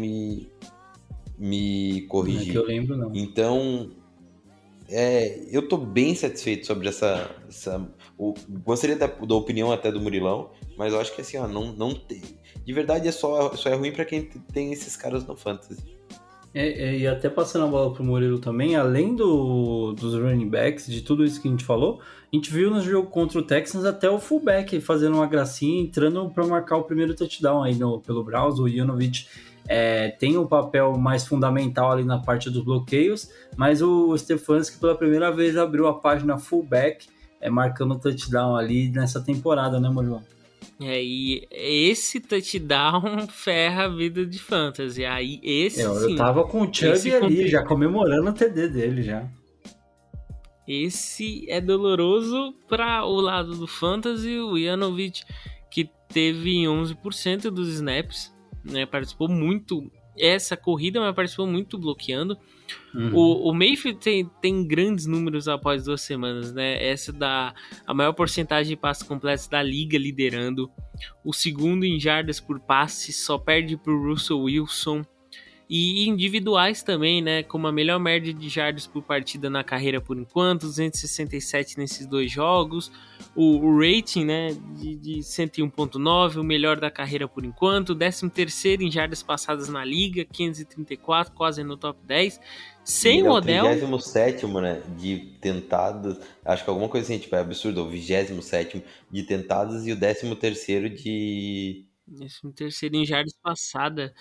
Speaker 6: me corrigir.
Speaker 4: Não é que eu lembro, não.
Speaker 6: Então, eu tô bem satisfeito sobre essa gostaria da opinião até do Murilão, mas eu acho que assim, ó, não tem. De verdade, só é ruim pra quem tem esses caras no Fantasy.
Speaker 4: E até passando a bola pro Murilo também, além dos running backs, de tudo isso que a gente falou, a gente viu no jogo contra o Texans até o fullback fazendo uma gracinha, entrando para marcar o primeiro touchdown aí pelo Browns. O Ionovich tem um papel mais fundamental ali na parte dos bloqueios, mas o Stefanski pela primeira vez abriu a página fullback, marcando o touchdown ali nessa temporada, né, Murilo?
Speaker 5: E esse touchdown ferra a vida de fantasy. Aí esse sim.
Speaker 4: Eu tava com o Chubb ali, já comemorando o TD dele já.
Speaker 5: Esse é doloroso para o lado do fantasy. O Ionovich, que teve 11% dos snaps, né, participou muito essa corrida, mas participou muito bloqueando. O Mayfield tem grandes números após 2 semanas, né? Essa a maior porcentagem de passes completos da liga, liderando. O segundo em jardas por passe, só perde para o Russell Wilson. E individuais também, né? Com a melhor média de jardas por partida na carreira por enquanto, 267 nesses 2 jogos. O rating, né, de 101.9, o melhor da carreira por enquanto. 13º em jardas passadas na liga, 534, quase no top 10. Sem o Odell...
Speaker 6: 27º, né, de tentadas, acho que alguma coisa assim, tipo, é absurdo, o 27º de tentadas e o 13º de...
Speaker 5: 13º em jardas passadas.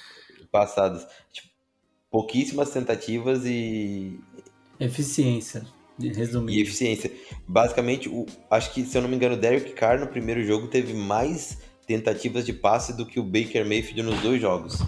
Speaker 6: Tipo, pouquíssimas tentativas e...
Speaker 4: Eficiência, resumindo.
Speaker 6: E eficiência. Basicamente, acho que, se eu não me engano, o Derek Carr no primeiro jogo teve mais tentativas de passe do que o Baker Mayfield nos 2 jogos.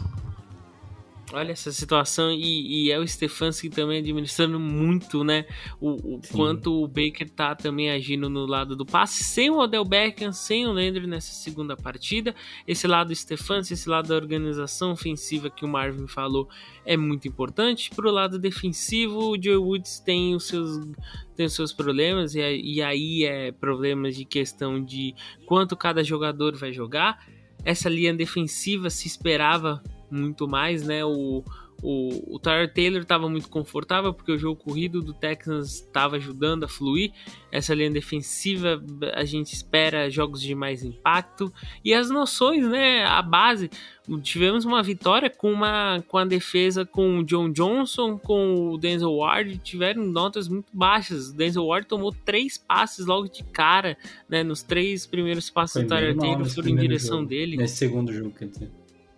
Speaker 5: Olha essa situação, e é o Stefanski também administrando muito, né? O quanto o Baker tá também agindo no lado do passe, sem o Odell Beckham, sem o Landry nessa segunda partida. Esse lado do Stefanski, esse lado da organização ofensiva que o Marvin falou é muito importante. Pro lado defensivo, o Joe Woods tem os seus problemas, e aí é problemas de questão de quanto cada jogador vai jogar. Essa linha defensiva se esperava muito mais, né? O Tyrod Taylor estava muito confortável porque o jogo corrido do Texans estava ajudando a fluir. Essa linha defensiva, a gente espera jogos de mais impacto. E as noções, né? A base. Tivemos uma vitória com a defesa com o John Johnson, com o Denzel Ward, tiveram notas muito baixas. O Denzel Ward tomou 3 passes logo de cara, né? Nos 3 primeiros passes do Tyrod Taylor foram em direção dele.
Speaker 4: Nesse segundo jogo, quer dizer.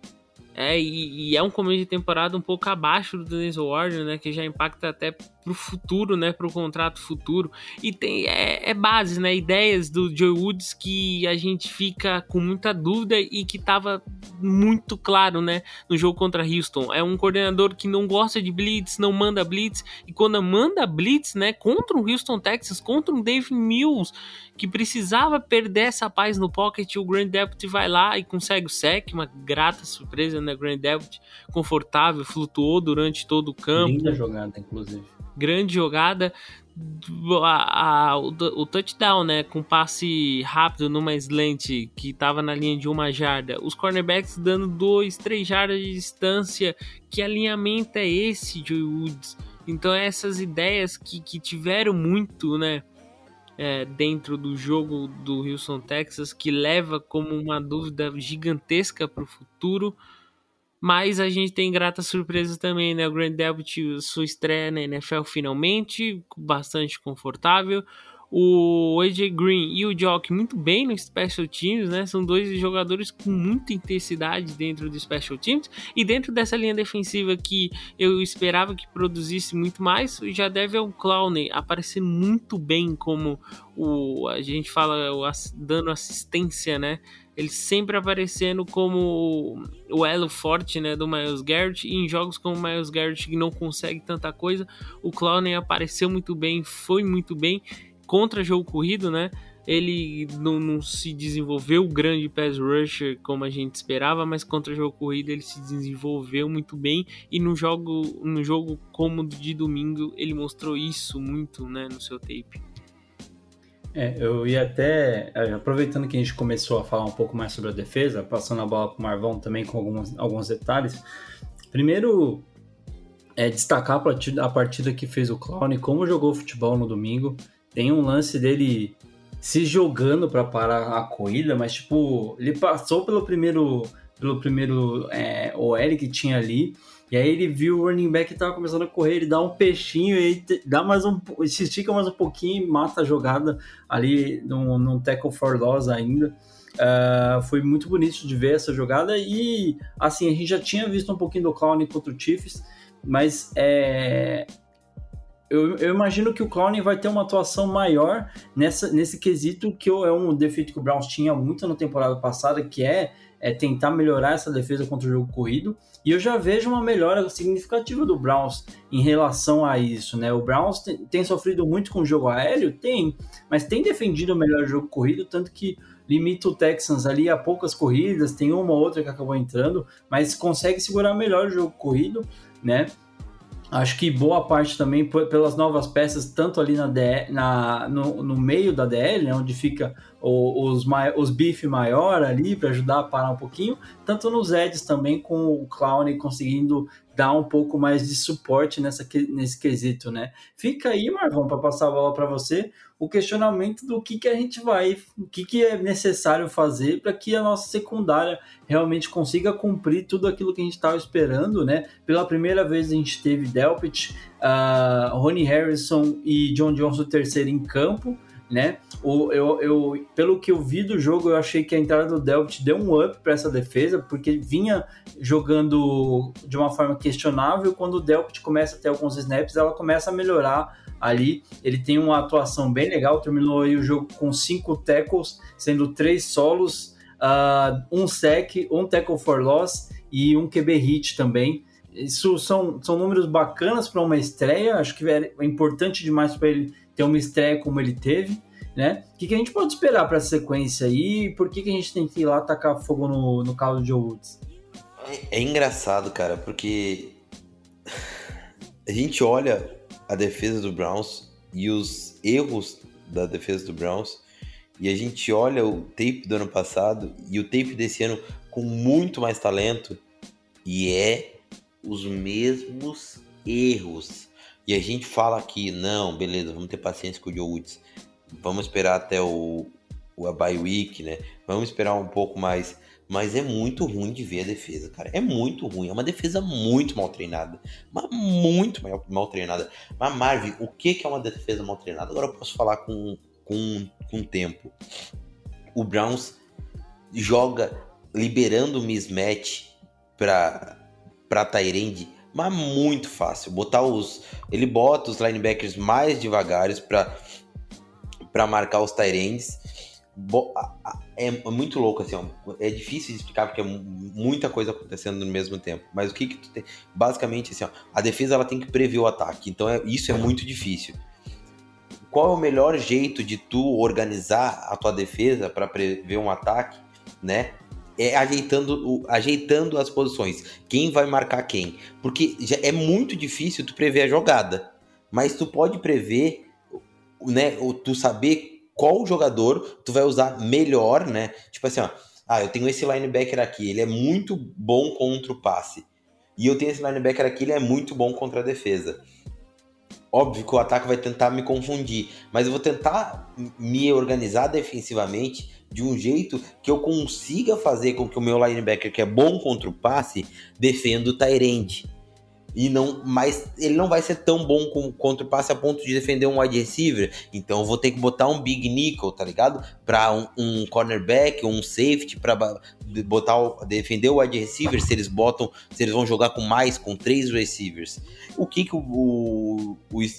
Speaker 5: E é um começo de temporada um pouco abaixo do Denzel Ward, né, que já impacta até pro futuro, né, pro contrato futuro. E tem bases, né, ideias do Joe Woods que a gente fica com muita dúvida e que tava muito claro, né, no jogo contra Houston. É um coordenador que não gosta de blitz, não manda blitz, e quando manda blitz, né, contra o Houston Texans, contra o Dave Mills, que precisava perder essa paz no pocket, o Grant Delpit vai lá e consegue o sack, uma grata surpresa, né? Grant Delpit confortável, flutuou durante todo o campo.
Speaker 4: Linda jogada, inclusive.
Speaker 5: Grande jogada. O touchdown, né? Com passe rápido numa slant que estava na linha de 1 jarda. Os cornerbacks dando 2, 3 jardas de distância. Que alinhamento é esse, Joe Woods? Então essas ideias que tiveram muito, né? Dentro do jogo do Houston Texas, que leva como uma dúvida gigantesca para o futuro, mas a gente tem gratas surpresas também, né? O Grant Delpit, sua estreia na NFL finalmente, bastante confortável. O AJ Green e o Jock muito bem no Special Teams, né? São 2 jogadores com muita intensidade dentro do Special Teams. E dentro dessa linha defensiva que eu esperava que produzisse muito mais, já deve o Clowney aparecer muito bem como a gente fala, dando assistência, né? Ele sempre aparecendo como o elo forte, né, do Myles Garrett. E em jogos como o Myles Garrett, que não consegue tanta coisa, o Clowney apareceu muito bem, foi muito bem. Contra jogo corrido, né? Ele não se desenvolveu grande pass rusher como a gente esperava, mas contra jogo corrido ele se desenvolveu muito bem. E no jogo como de domingo ele mostrou isso muito, né, no seu tape.
Speaker 4: Eu ia até, aproveitando que a gente começou a falar um pouco mais sobre a defesa, passando a bola para o Marvão também com alguns detalhes. Primeiro, destacar a partida que fez o Clowney, como jogou futebol no domingo. Tem um lance dele se jogando para parar a corrida, mas tipo, ele passou pelo pelo primeiro OL que tinha ali. E aí ele viu o running back que tava começando a correr, ele dá um peixinho, e aí se estica mais um pouquinho e mata a jogada ali num tackle for loss ainda. Foi muito bonito de ver essa jogada. E assim, a gente já tinha visto um pouquinho do Clowney contra o Chiefs, mas eu imagino que o Clowney vai ter uma atuação maior nesse quesito, que é um defeito que o Browns tinha muito na temporada passada, que é tentar melhorar essa defesa contra o jogo corrido. E eu já vejo uma melhora significativa do Browns em relação a isso, né? O Browns tem sofrido muito com o jogo aéreo? Tem, mas tem defendido melhor o jogo corrido, tanto que limita o Texans ali a poucas corridas, tem uma ou outra que acabou entrando, mas consegue segurar melhor o jogo corrido, né? Acho que boa parte também pelas novas peças, tanto ali no meio da DL, né, onde fica os bife maior ali para ajudar a parar um pouquinho, tanto nos edges também, com o Clowney conseguindo dar um pouco mais de suporte nesse quesito, né? Fica aí, Marvão, para passar a bola para você, o questionamento do que a gente o que é necessário fazer para que a nossa secundária realmente consiga cumprir tudo aquilo que a gente estava esperando, né? Pela primeira vez a gente teve Delpit, Ronnie Harrison e John Johnson terceiro em campo, né? Pelo que eu vi do jogo, eu achei que a entrada do Delpit deu um up para essa defesa, porque vinha jogando de uma forma questionável. Quando o Delpit começa a ter alguns snaps, ela começa a melhorar ali. Ele tem uma atuação bem legal, terminou aí o jogo com 5 tackles, sendo 3 solos, 1 sack, 1 tackle for loss e 1 QB hit também. Isso são números bacanas para uma estreia. Acho que é importante demais para ele ter uma estreia como ele teve, né? O que a gente pode esperar para essa sequência aí? E por que a gente tem que ir lá tacar fogo no carro do Joe Woods?
Speaker 6: É engraçado, cara, porque a gente olha a defesa do Browns e os erros da defesa do Browns, e a gente olha o tape do ano passado e o tape desse ano com muito mais talento, e os mesmos erros. E a gente fala aqui, não, beleza, vamos ter paciência com o Joe Woods, vamos esperar até a bye week, né? Vamos esperar um pouco mais. Mas é muito ruim de ver a defesa, cara. É muito ruim. É uma defesa muito mal treinada. Mas muito mal treinada. Mas, Marvin, o que é uma defesa mal treinada? Agora eu posso falar com tempo. O Browns joga liberando o mismatch pra Tyrande, mas muito fácil. Ele bota os linebackers mais devagares pra marcar os Tyrands. É muito louco, assim, é difícil de explicar porque é muita coisa acontecendo no mesmo tempo, mas o que tu tem? Basicamente, assim, a defesa ela tem que prever o ataque, então isso é muito difícil. Qual é o melhor jeito de tu organizar a tua defesa para prever um ataque, né? É ajeitando as posições, quem vai marcar quem, porque já é muito difícil tu prever a jogada, mas tu pode prever, né, ou tu saber qual jogador tu vai usar melhor, né? Tipo assim, eu tenho esse linebacker aqui, ele é muito bom contra o passe. E eu tenho esse linebacker aqui, ele é muito bom contra a defesa. Óbvio que o ataque vai tentar me confundir, mas eu vou tentar me organizar defensivamente de um jeito que eu consiga fazer com que o meu linebacker, que é bom contra o passe, defenda o tight end. Mas ele não vai ser tão bom contra o passe a ponto de defender um wide receiver. Então eu vou ter que botar um big nickel, tá ligado? Pra um cornerback, um safety, pra defender o wide receiver, se eles vão jogar com 3 receivers. O que o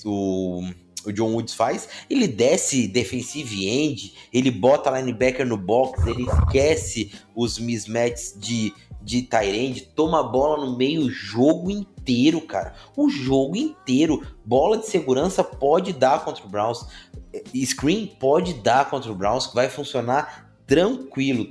Speaker 6: John Woods faz? Ele desce defensive end, ele bota linebacker no box, ele esquece os mismatches de tight end, toma a bola no meio o jogo inteiro, cara. O jogo inteiro. Bola de segurança pode dar contra o Browns. Screen pode dar contra o Browns, que vai funcionar tranquilo.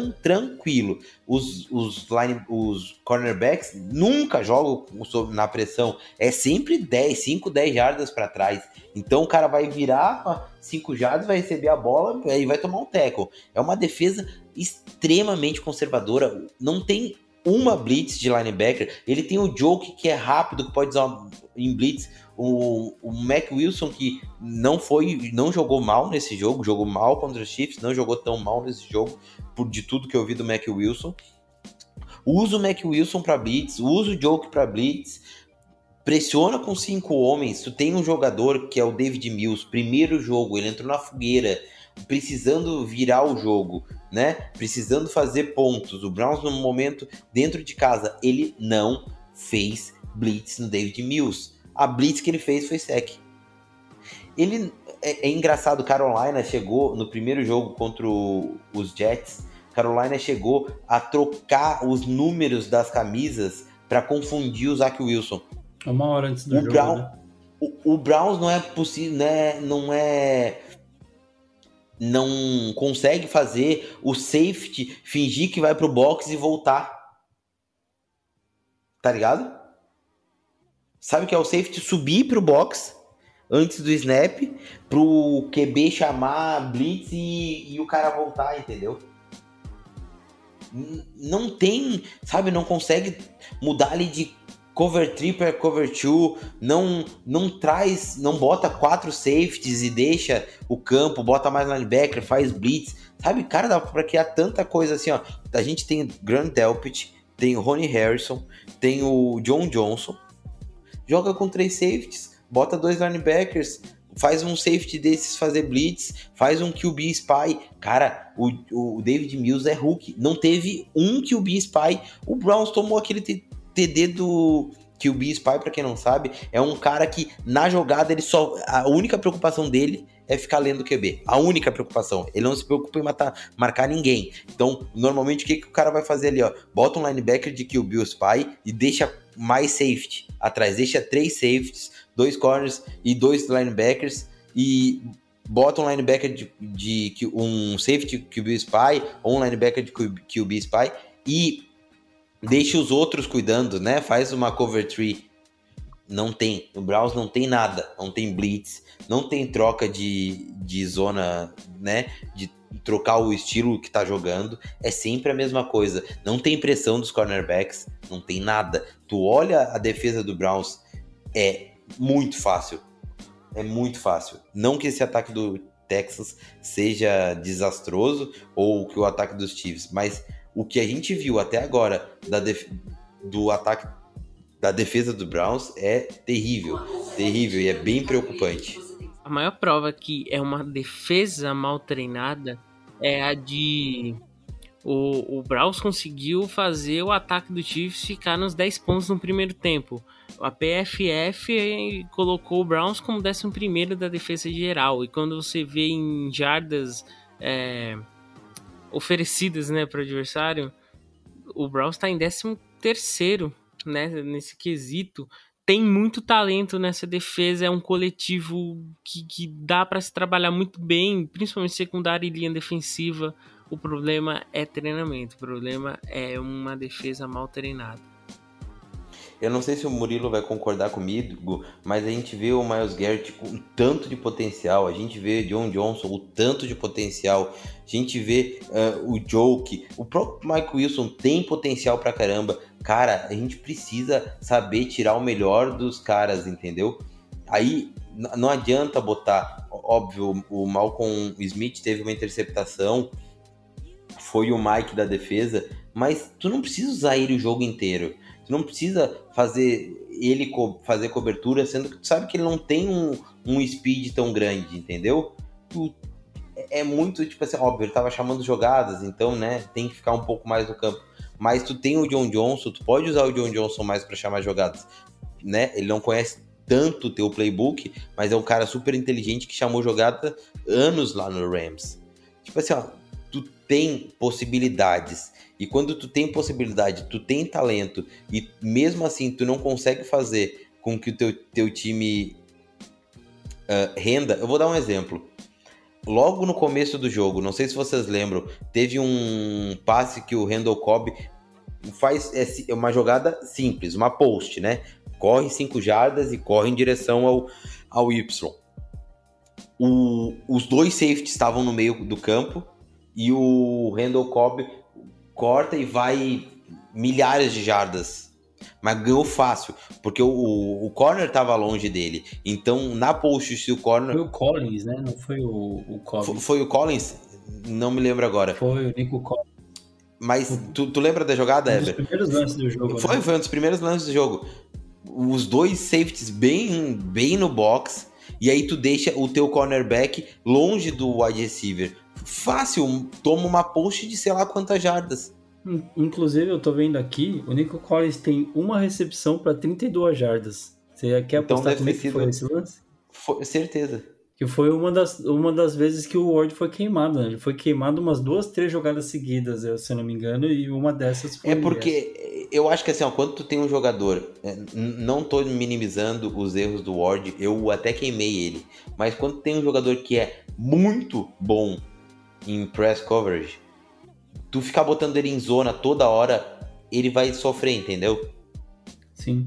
Speaker 6: Os cornerbacks nunca jogam na pressão. É sempre 5, 10 jardas para trás. Então o cara vai virar 5 jardas, vai receber a bola e vai tomar um tackle. É uma defesa extremamente conservadora. Não tem uma blitz de linebacker. Ele tem o Joke, que é rápido, que pode usar em blitz. O Mac Wilson, que não jogou mal nesse jogo, jogou mal contra os Chiefs, não jogou tão mal nesse jogo, de tudo que eu vi do Mac Wilson. usa o Mac Wilson pra blitz, usa o Joke pra blitz, pressiona com 5 homens. Tu tem um jogador que é o David Mills, primeiro jogo, ele entrou na fogueira, precisando virar o jogo, né? Precisando fazer pontos. O Browns, no momento, dentro de casa, ele não fez blitz no David Mills. A blitz que ele fez foi sec. Ele é engraçado, Carolina chegou no primeiro jogo contra os Jets. Carolina chegou a trocar os números das camisas para confundir o Zach Wilson.
Speaker 4: Uma hora antes do jogo, né?
Speaker 6: O Browns não é possível, né? Não consegue fazer o safety fingir que vai pro box e voltar. Tá ligado? Sabe o que é o safety subir pro box antes do snap, pro QB chamar a blitz e o cara voltar, entendeu? Não tem, sabe? Não consegue mudar ali de cover 3 para cover 2, não bota 4 safeties e deixa o campo, bota mais linebacker, faz blitz, sabe? Cara, dá pra criar tanta coisa assim, ó. A gente tem Grant Delpit, tem o Ronnie Harrison, tem o John Johnson, joga com 3 safeties, bota 2 linebackers, faz um safety desses fazer blitz, faz um QB spy. Cara, o David Mills é Hulk, não teve um QB spy. O Browns tomou aquele TD do QB spy, pra quem não sabe, é um cara que na jogada a única preocupação dele é ficar lendo o QB, a única preocupação, ele não se preocupa em marcar ninguém. Então, normalmente o que o cara vai fazer ali, ó, bota um linebacker de QB spy e deixa mais safety atrás, deixa 3 safeties, 2 corners e 2 linebackers e bota um linebacker um safety QB spy ou um linebacker de QB spy e deixa os outros cuidando, né? Faz uma cover 3. Não tem. O Browns não tem nada. Não tem blitz. Não tem troca de zona, né? De trocar o estilo que tá jogando. É sempre a mesma coisa. Não tem pressão dos cornerbacks. Não tem nada. Tu olha a defesa do Browns. É muito fácil. É muito fácil. Não que esse ataque do Texas seja desastroso ou que o ataque dos Chiefs, mas o que a gente viu até agora do ataque da defesa do Browns é terrível, terrível e é bem preocupante.
Speaker 5: A maior prova que é uma defesa mal treinada é a de o Browns conseguiu fazer o ataque do Chiefs ficar nos 10 pontos no primeiro tempo. A PFF colocou o Browns como 11º da defesa geral, e quando você vê em jardas oferecidas, né, para o adversário, o Browns está em 13º, né, nesse quesito. Tem muito talento nessa defesa, é um coletivo que dá para se trabalhar muito bem, principalmente secundária e linha defensiva. O problema é treinamento, o problema é uma defesa mal treinada.
Speaker 6: Eu não sei se o Murilo vai concordar comigo, mas a gente vê o Myles Garrett com o tanto de potencial, a gente vê o John Johnson, o tanto de potencial, a gente vê o Joke, o próprio Mike Wilson tem potencial pra caramba. Cara, a gente precisa saber tirar o melhor dos caras, entendeu? Aí não adianta botar, óbvio, o Malcolm Smith teve uma interceptação, foi o Mike da defesa, mas tu não precisa usar ele o jogo inteiro. Tu não precisa fazer ele fazer cobertura, sendo que tu sabe que ele não tem um speed tão grande, entendeu? É muito, tipo assim, óbvio, ele tava chamando jogadas, então, né, tem que ficar um pouco mais no campo. Mas tu tem o John Johnson, tu pode usar o John Johnson mais pra chamar jogadas, né? Ele não conhece tanto o teu playbook, mas é um cara super inteligente que chamou jogada anos lá no Rams. Tipo assim, ó, tu tem possibilidades. E quando tu tem possibilidade, tu tem talento, e mesmo assim tu não consegue fazer com que o teu time renda. Eu vou dar um exemplo. Logo no começo do jogo, não sei se vocês lembram, teve um passe que o Randall Cobb faz uma jogada simples, uma post, né? Corre 5 jardas e corre em direção ao Y. Os 2 safeties estavam no meio do campo e o Randall Cobb corta e vai milhares de jardas, mas ganhou fácil, porque o corner estava longe dele. Então, na post, se o corner...
Speaker 4: Foi o Collins, né? Não foi o Cobb.
Speaker 6: Foi o Collins? Não me lembro agora.
Speaker 4: Foi o Nico Collins.
Speaker 6: Mas tu lembra da jogada,
Speaker 4: Um dos
Speaker 6: Eber?
Speaker 4: primeiros lances do jogo.
Speaker 6: Foi
Speaker 4: Né?
Speaker 6: um dos primeiros lances do jogo. Os dois safeties bem no box, e aí tu deixa o teu cornerback longe do wide receiver. Fácil, toma uma post de sei lá quantas jardas.
Speaker 4: Inclusive, eu tô vendo aqui, o Nico Collins tem uma recepção para 32 jardas. Você quer
Speaker 6: Então
Speaker 4: apostar
Speaker 6: deve
Speaker 4: como é
Speaker 6: ter
Speaker 4: que foi
Speaker 6: sido-
Speaker 4: esse lance?
Speaker 6: Certeza.
Speaker 4: Que foi uma das vezes que o Ward foi queimado, né? Ele foi queimado umas 2, 3 jogadas seguidas, se eu não me engano, e uma dessas foi
Speaker 6: É
Speaker 4: essa.
Speaker 6: porque eu acho que assim, ó, quando tu tem um jogador, não tô minimizando os erros do Ward, eu até queimei ele, mas quando tem um jogador que é muito bom em press coverage, tu ficar botando ele em zona toda hora, ele vai sofrer, entendeu?
Speaker 4: Sim.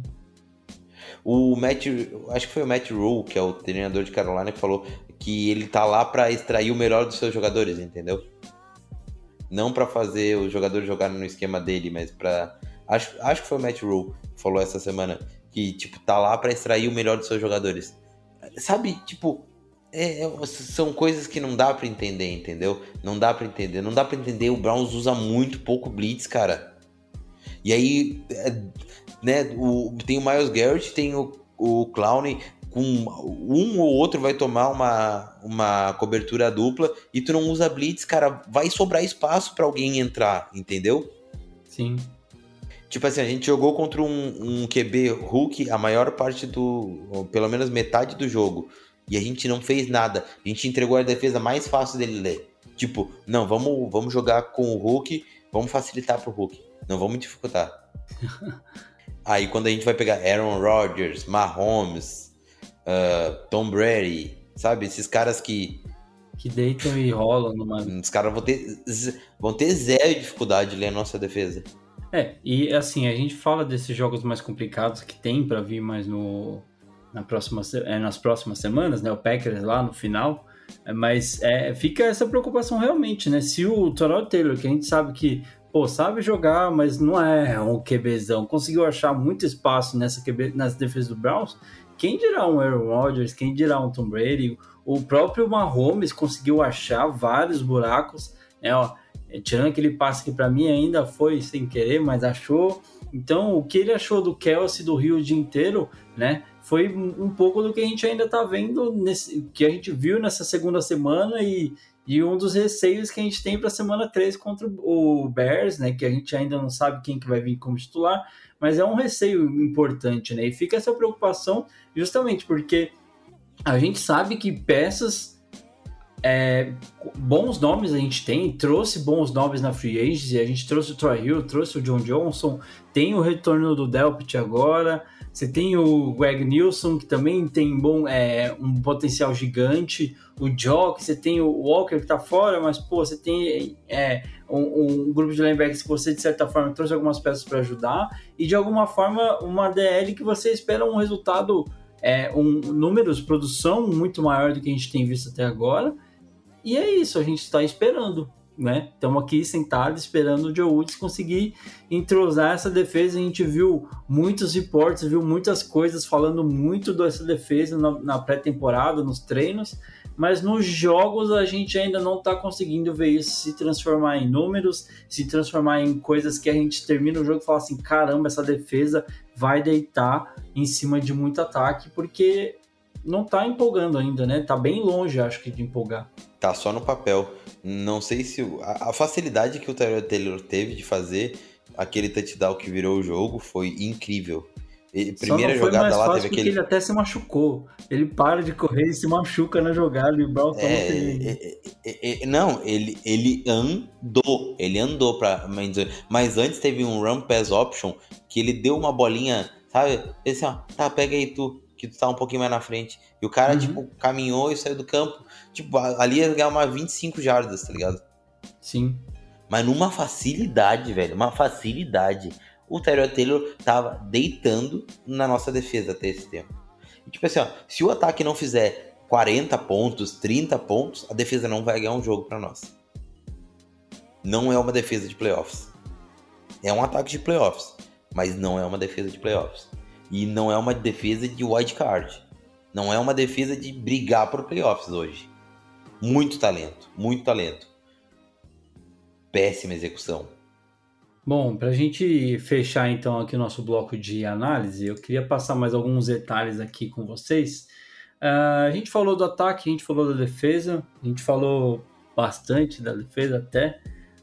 Speaker 6: Acho que foi o Matt Rule, que é o treinador de Carolina, que falou que ele tá lá pra extrair o melhor dos seus jogadores, entendeu? Não pra fazer os jogadores jogarem no esquema dele, mas pra... Acho que foi o Matt Rule que falou essa semana que, tipo, tá lá pra extrair o melhor dos seus jogadores. Sabe, tipo, são coisas que não dá pra entender, entendeu? Não dá pra entender. O Browns usa muito pouco blitz, cara. E aí, né, tem o Myles Garrett, tem o Clowney, com um ou outro vai tomar uma cobertura dupla e tu não usa blitz, cara, vai sobrar espaço pra alguém entrar, entendeu?
Speaker 4: Sim.
Speaker 6: Tipo assim, a gente jogou contra um QB Hulk a maior parte pelo menos metade do jogo, e a gente não fez nada, a gente entregou a defesa mais fácil dele ler. Tipo, não, vamos jogar com o Hulk, vamos facilitar pro Hulk, não vamos dificultar. Aí quando a gente vai pegar Aaron Rodgers, Mahomes, Tom Brady, sabe? Esses caras que
Speaker 4: deitam e rolam numa...
Speaker 6: os caras vão ter zero dificuldade de ler a nossa defesa.
Speaker 4: E assim, a gente fala desses jogos mais complicados que tem pra vir mais nas próximas semanas, né? O Packers lá no final, mas fica essa preocupação realmente, né? Se o Tyrod Taylor, que a gente sabe que sabe jogar, mas não é um QBzão, conseguiu achar muito espaço nas defesas do Browns, quem dirá um Aaron Rodgers, quem dirá um Tom Brady, o próprio Mahomes conseguiu achar vários buracos, né? Tirando aquele passe que para mim ainda foi sem querer, mas achou. Então, o que ele achou do Kelce, do Rio o dia inteiro, né? Foi um pouco do que a gente ainda tá vendo, que a gente viu nessa segunda semana e um dos receios que a gente tem para a semana 3 contra o Bears, né? Que a gente ainda não sabe quem que vai vir como titular, mas é um receio importante, né? E fica essa preocupação justamente porque a gente sabe que peças... bons nomes a gente trouxe bons nomes na Free Agency, a gente trouxe o Troy Hill, trouxe o John Johnson, tem o retorno do Delpit agora, você tem o Greg Nilsson, que também tem um potencial gigante, o Jock, você tem o Walker que tá fora, mas você tem um grupo de linebackers que você de certa forma trouxe algumas peças para ajudar, e de alguma forma uma DL que você espera um resultado, números, produção muito maior do que a gente tem visto até agora. E é isso, a gente está esperando, né? Estamos aqui sentados esperando o Joe Woods conseguir entrosar essa defesa. A gente viu muitos reportes, viu muitas coisas falando muito dessa defesa na pré-temporada, nos treinos, mas nos jogos a gente ainda não está conseguindo ver isso se transformar em números, se transformar em coisas que a gente termina o jogo e fala assim, caramba, essa defesa vai deitar em cima de muito ataque, porque não tá empolgando ainda, né? Tá bem longe, acho que, de empolgar.
Speaker 6: Tá só no papel. Não sei se... A facilidade que o Tyrod Taylor teve de fazer aquele touchdown que virou o jogo foi incrível. Primeira jogada lá teve aquele...
Speaker 4: ele até se machucou. Ele para de correr e se machuca na jogada e o Brown
Speaker 6: Não, ele andou. Ele andou pra... Mas antes teve um run pass option que ele deu uma bolinha, sabe? Ele assim, ó, tá, pega aí tu, que tu tá um pouquinho mais na frente. E o cara, tipo, caminhou e saiu do campo. Tipo, ali ia ganhar umas 25 jardas, tá ligado?
Speaker 4: Sim.
Speaker 6: Mas numa facilidade, velho. Uma facilidade. O Tyrod Taylor tava deitando na nossa defesa até esse tempo. E, tipo assim, ó, se o ataque não fizer 40 pontos, 30 pontos, a defesa não vai ganhar um jogo pra nós. Não é uma defesa de playoffs. É um ataque de playoffs, mas não é uma defesa de playoffs. E não é uma defesa de wild card. Não é uma defesa de brigar por playoffs hoje. Muito talento, muito talento. Péssima execução.
Speaker 4: Bom, para a gente fechar então aqui o nosso bloco de análise, eu queria passar mais alguns detalhes aqui com vocês. A gente falou do ataque, a gente falou da defesa, a gente falou bastante da defesa até.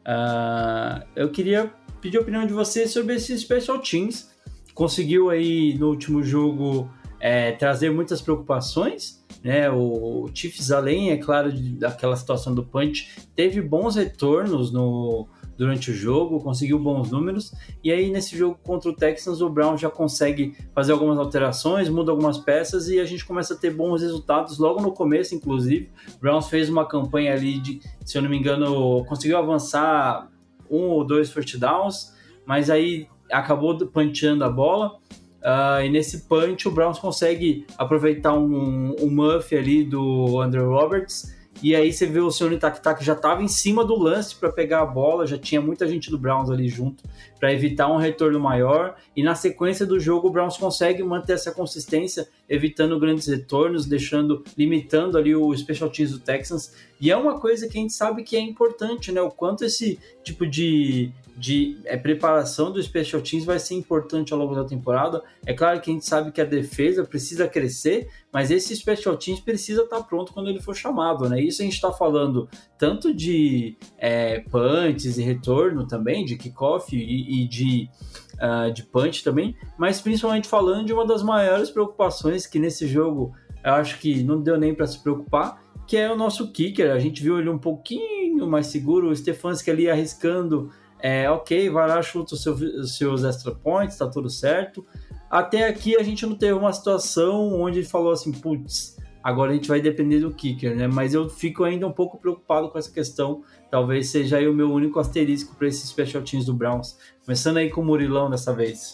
Speaker 4: Eu queria pedir a opinião de vocês sobre esses special teams. Conseguiu aí no último jogo trazer muitas preocupações, né? O Chiefs, além, é claro, daquela situação do punch, teve bons retornos durante o jogo, conseguiu bons números, e aí nesse jogo contra o Texans, o Browns já consegue fazer algumas alterações, muda algumas peças, e a gente começa a ter bons resultados logo no começo, inclusive. O Browns fez uma campanha ali de, se eu não me engano, conseguiu avançar 1 ou 2 first downs, mas aí acabou punchando a bola, e nesse punch o Browns consegue aproveitar um muff ali do Andrew Roberts, e aí você vê o Sione Takitaki já estava em cima do lance para pegar a bola, já tinha muita gente do Browns ali junto para evitar um retorno maior, e na sequência do jogo o Browns consegue manter essa consistência, evitando grandes retornos, limitando ali o special teams do Texans, e é uma coisa que a gente sabe que é importante, né? O quanto esse tipo de preparação do special teams vai ser importante ao longo da temporada. É claro que a gente sabe que a defesa precisa crescer, mas esse special teams precisa estar pronto quando ele for chamado, né? Isso a gente está falando tanto de punts e retorno também, de kickoff e de punch também, mas principalmente falando de uma das maiores preocupações que nesse jogo eu acho que não deu nem para se preocupar, que é o nosso kicker. A gente viu ele um pouquinho mais seguro, o Stefanski ali arriscando, ok, vai lá, chuta os seus extra points, tá tudo certo. Até aqui a gente não teve uma situação onde ele falou assim, putz, agora a gente vai depender do kicker, né? Mas eu fico ainda um pouco preocupado com essa questão. Talvez seja aí o meu único asterisco para esses special teams do Browns. Começando aí com o Murilão dessa vez.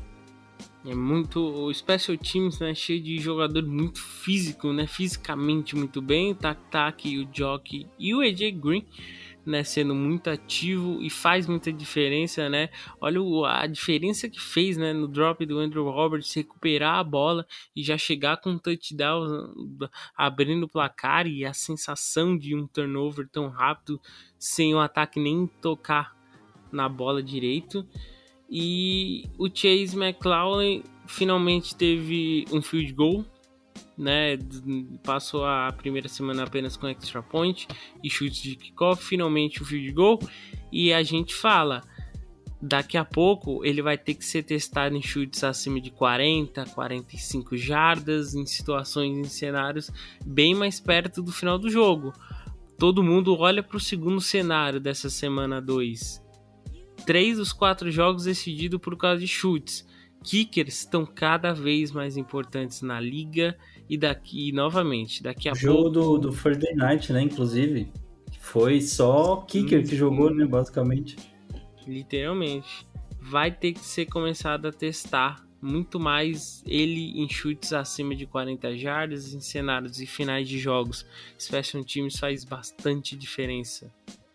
Speaker 5: O Special Teams, né, cheio de jogador muito físico, né, fisicamente muito bem, o Tak-Tak, o Jock e o AJ Green, né, sendo muito ativo e faz muita diferença, né? Olha a diferença que fez, né, no drop do Andrew Roberts, recuperar a bola e já chegar com um touchdown abrindo o placar, e a sensação de um turnover tão rápido sem o ataque nem tocar na bola direito. E o Chase McLaughlin finalmente teve um field goal, né? Passou a primeira semana apenas com extra point e chutes de kickoff, finalmente o field goal. E a gente fala, daqui a pouco ele vai ter que ser testado em chutes acima de 40, 45 jardas, em situações, em cenários bem mais perto do final do jogo. Todo mundo olha para o segundo cenário dessa semana 2. 3 dos 4 jogos decididos por causa de chutes. Kickers estão cada vez mais importantes na liga, e daqui a pouco...
Speaker 4: O jogo do Thursday Night, né, inclusive, foi só kicker que jogou, né, basicamente.
Speaker 5: Literalmente. Vai ter que ser começado a testar muito mais ele em chutes acima de 40 jardas, em cenários e finais de jogos. Special Teams faz bastante diferença.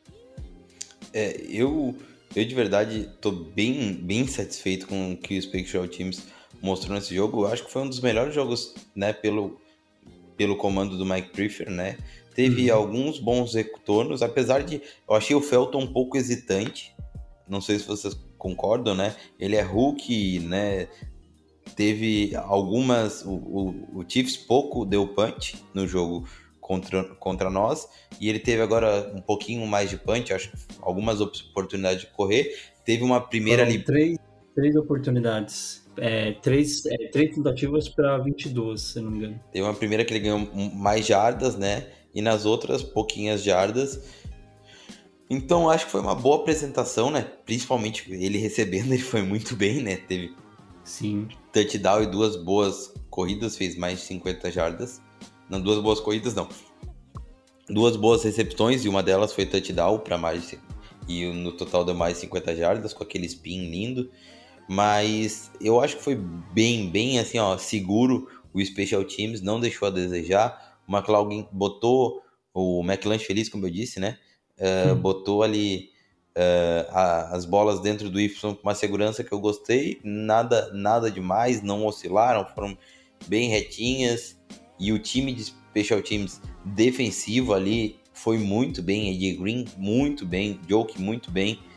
Speaker 6: Eu de verdade tô bem satisfeito com o que o Special Teams mostrou nesse jogo. Eu acho que foi um dos melhores jogos, né, pelo comando do Mike Prefer, né? Teve alguns bons retornos, apesar de eu achei o Felton um pouco hesitante. Não sei se vocês concordam, né? Ele é rookie, né? Teve algumas... O Chiefs pouco deu punch no jogo contra nós, e ele teve agora um pouquinho mais de punch, acho, algumas oportunidades de correr. Teve uma primeira ali...
Speaker 4: Três oportunidades. Três tentativas para 22, se não me engano.
Speaker 6: Teve uma primeira que ele ganhou mais jardas, né? E nas outras, pouquinhas jardas. Então, acho que foi uma boa apresentação, né? Principalmente ele recebendo, ele foi muito bem, né? Teve touchdown e 2 boas corridas, fez mais de 50 jardas. Não, 2 boas corridas, não. 2 boas recepções, e uma delas foi touchdown para mais... E no total deu mais de 50 jardas, com aquele spin lindo. Mas eu acho que foi bem assim, ó, seguro o Special Teams, não deixou a desejar. O McLaughlin botou o McLanche feliz, como eu disse, né? Botou ali as bolas dentro do Y com uma segurança que eu gostei. Nada demais, não oscilaram, foram bem retinhas. E o time de Special Teams defensivo ali foi muito bem. AJ Green muito bem, Joke muito bem.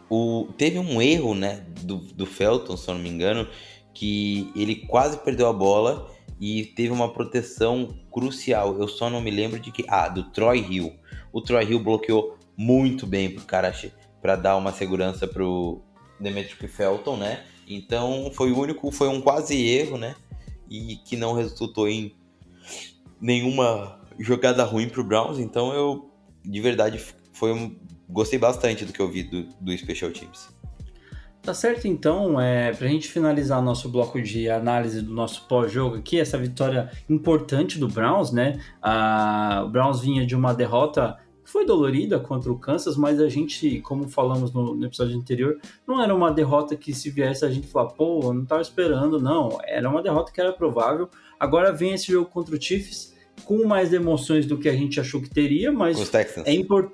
Speaker 6: Teve um erro, né, do Felton, se eu não me engano, que ele quase perdeu a bola e teve uma proteção crucial. Eu só não me lembro do Troy Hill. O Troy Hill bloqueou muito bem pro cara para dar uma segurança pro Demetric Felton, né? Então foi um quase erro, né? E que não resultou em nenhuma jogada ruim pro Browns. Então eu, de verdade, gostei bastante do que eu vi do Special Teams.
Speaker 4: Tá certo, então, pra gente finalizar nosso bloco de análise do nosso pós-jogo aqui, essa vitória importante do Browns, né? O Browns vinha de uma derrota que foi dolorida contra o Kansas, mas a gente, como falamos no episódio anterior, não era uma derrota que se viesse a gente falar, pô, eu não tava esperando, não. Era uma derrota que era provável. Agora vem esse jogo contra o Chiefs com mais emoções do que a gente achou que teria, mas
Speaker 6: os Texans.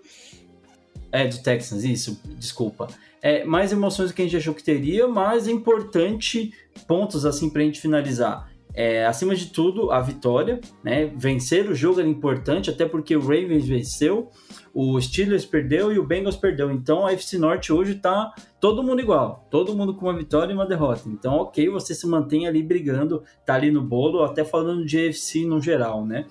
Speaker 4: Do Texans, isso, desculpa. Mais emoções do que a gente achou que teria, mas é importante, pontos assim pra gente finalizar. Acima de tudo, a vitória, né? Vencer o jogo era importante, até porque o Ravens venceu, o Steelers perdeu e o Bengals perdeu. Então a FC Norte hoje tá todo mundo igual, todo mundo com uma vitória e uma derrota. Então, ok, você se mantém ali brigando, tá ali no bolo, até falando de AFC no geral, né?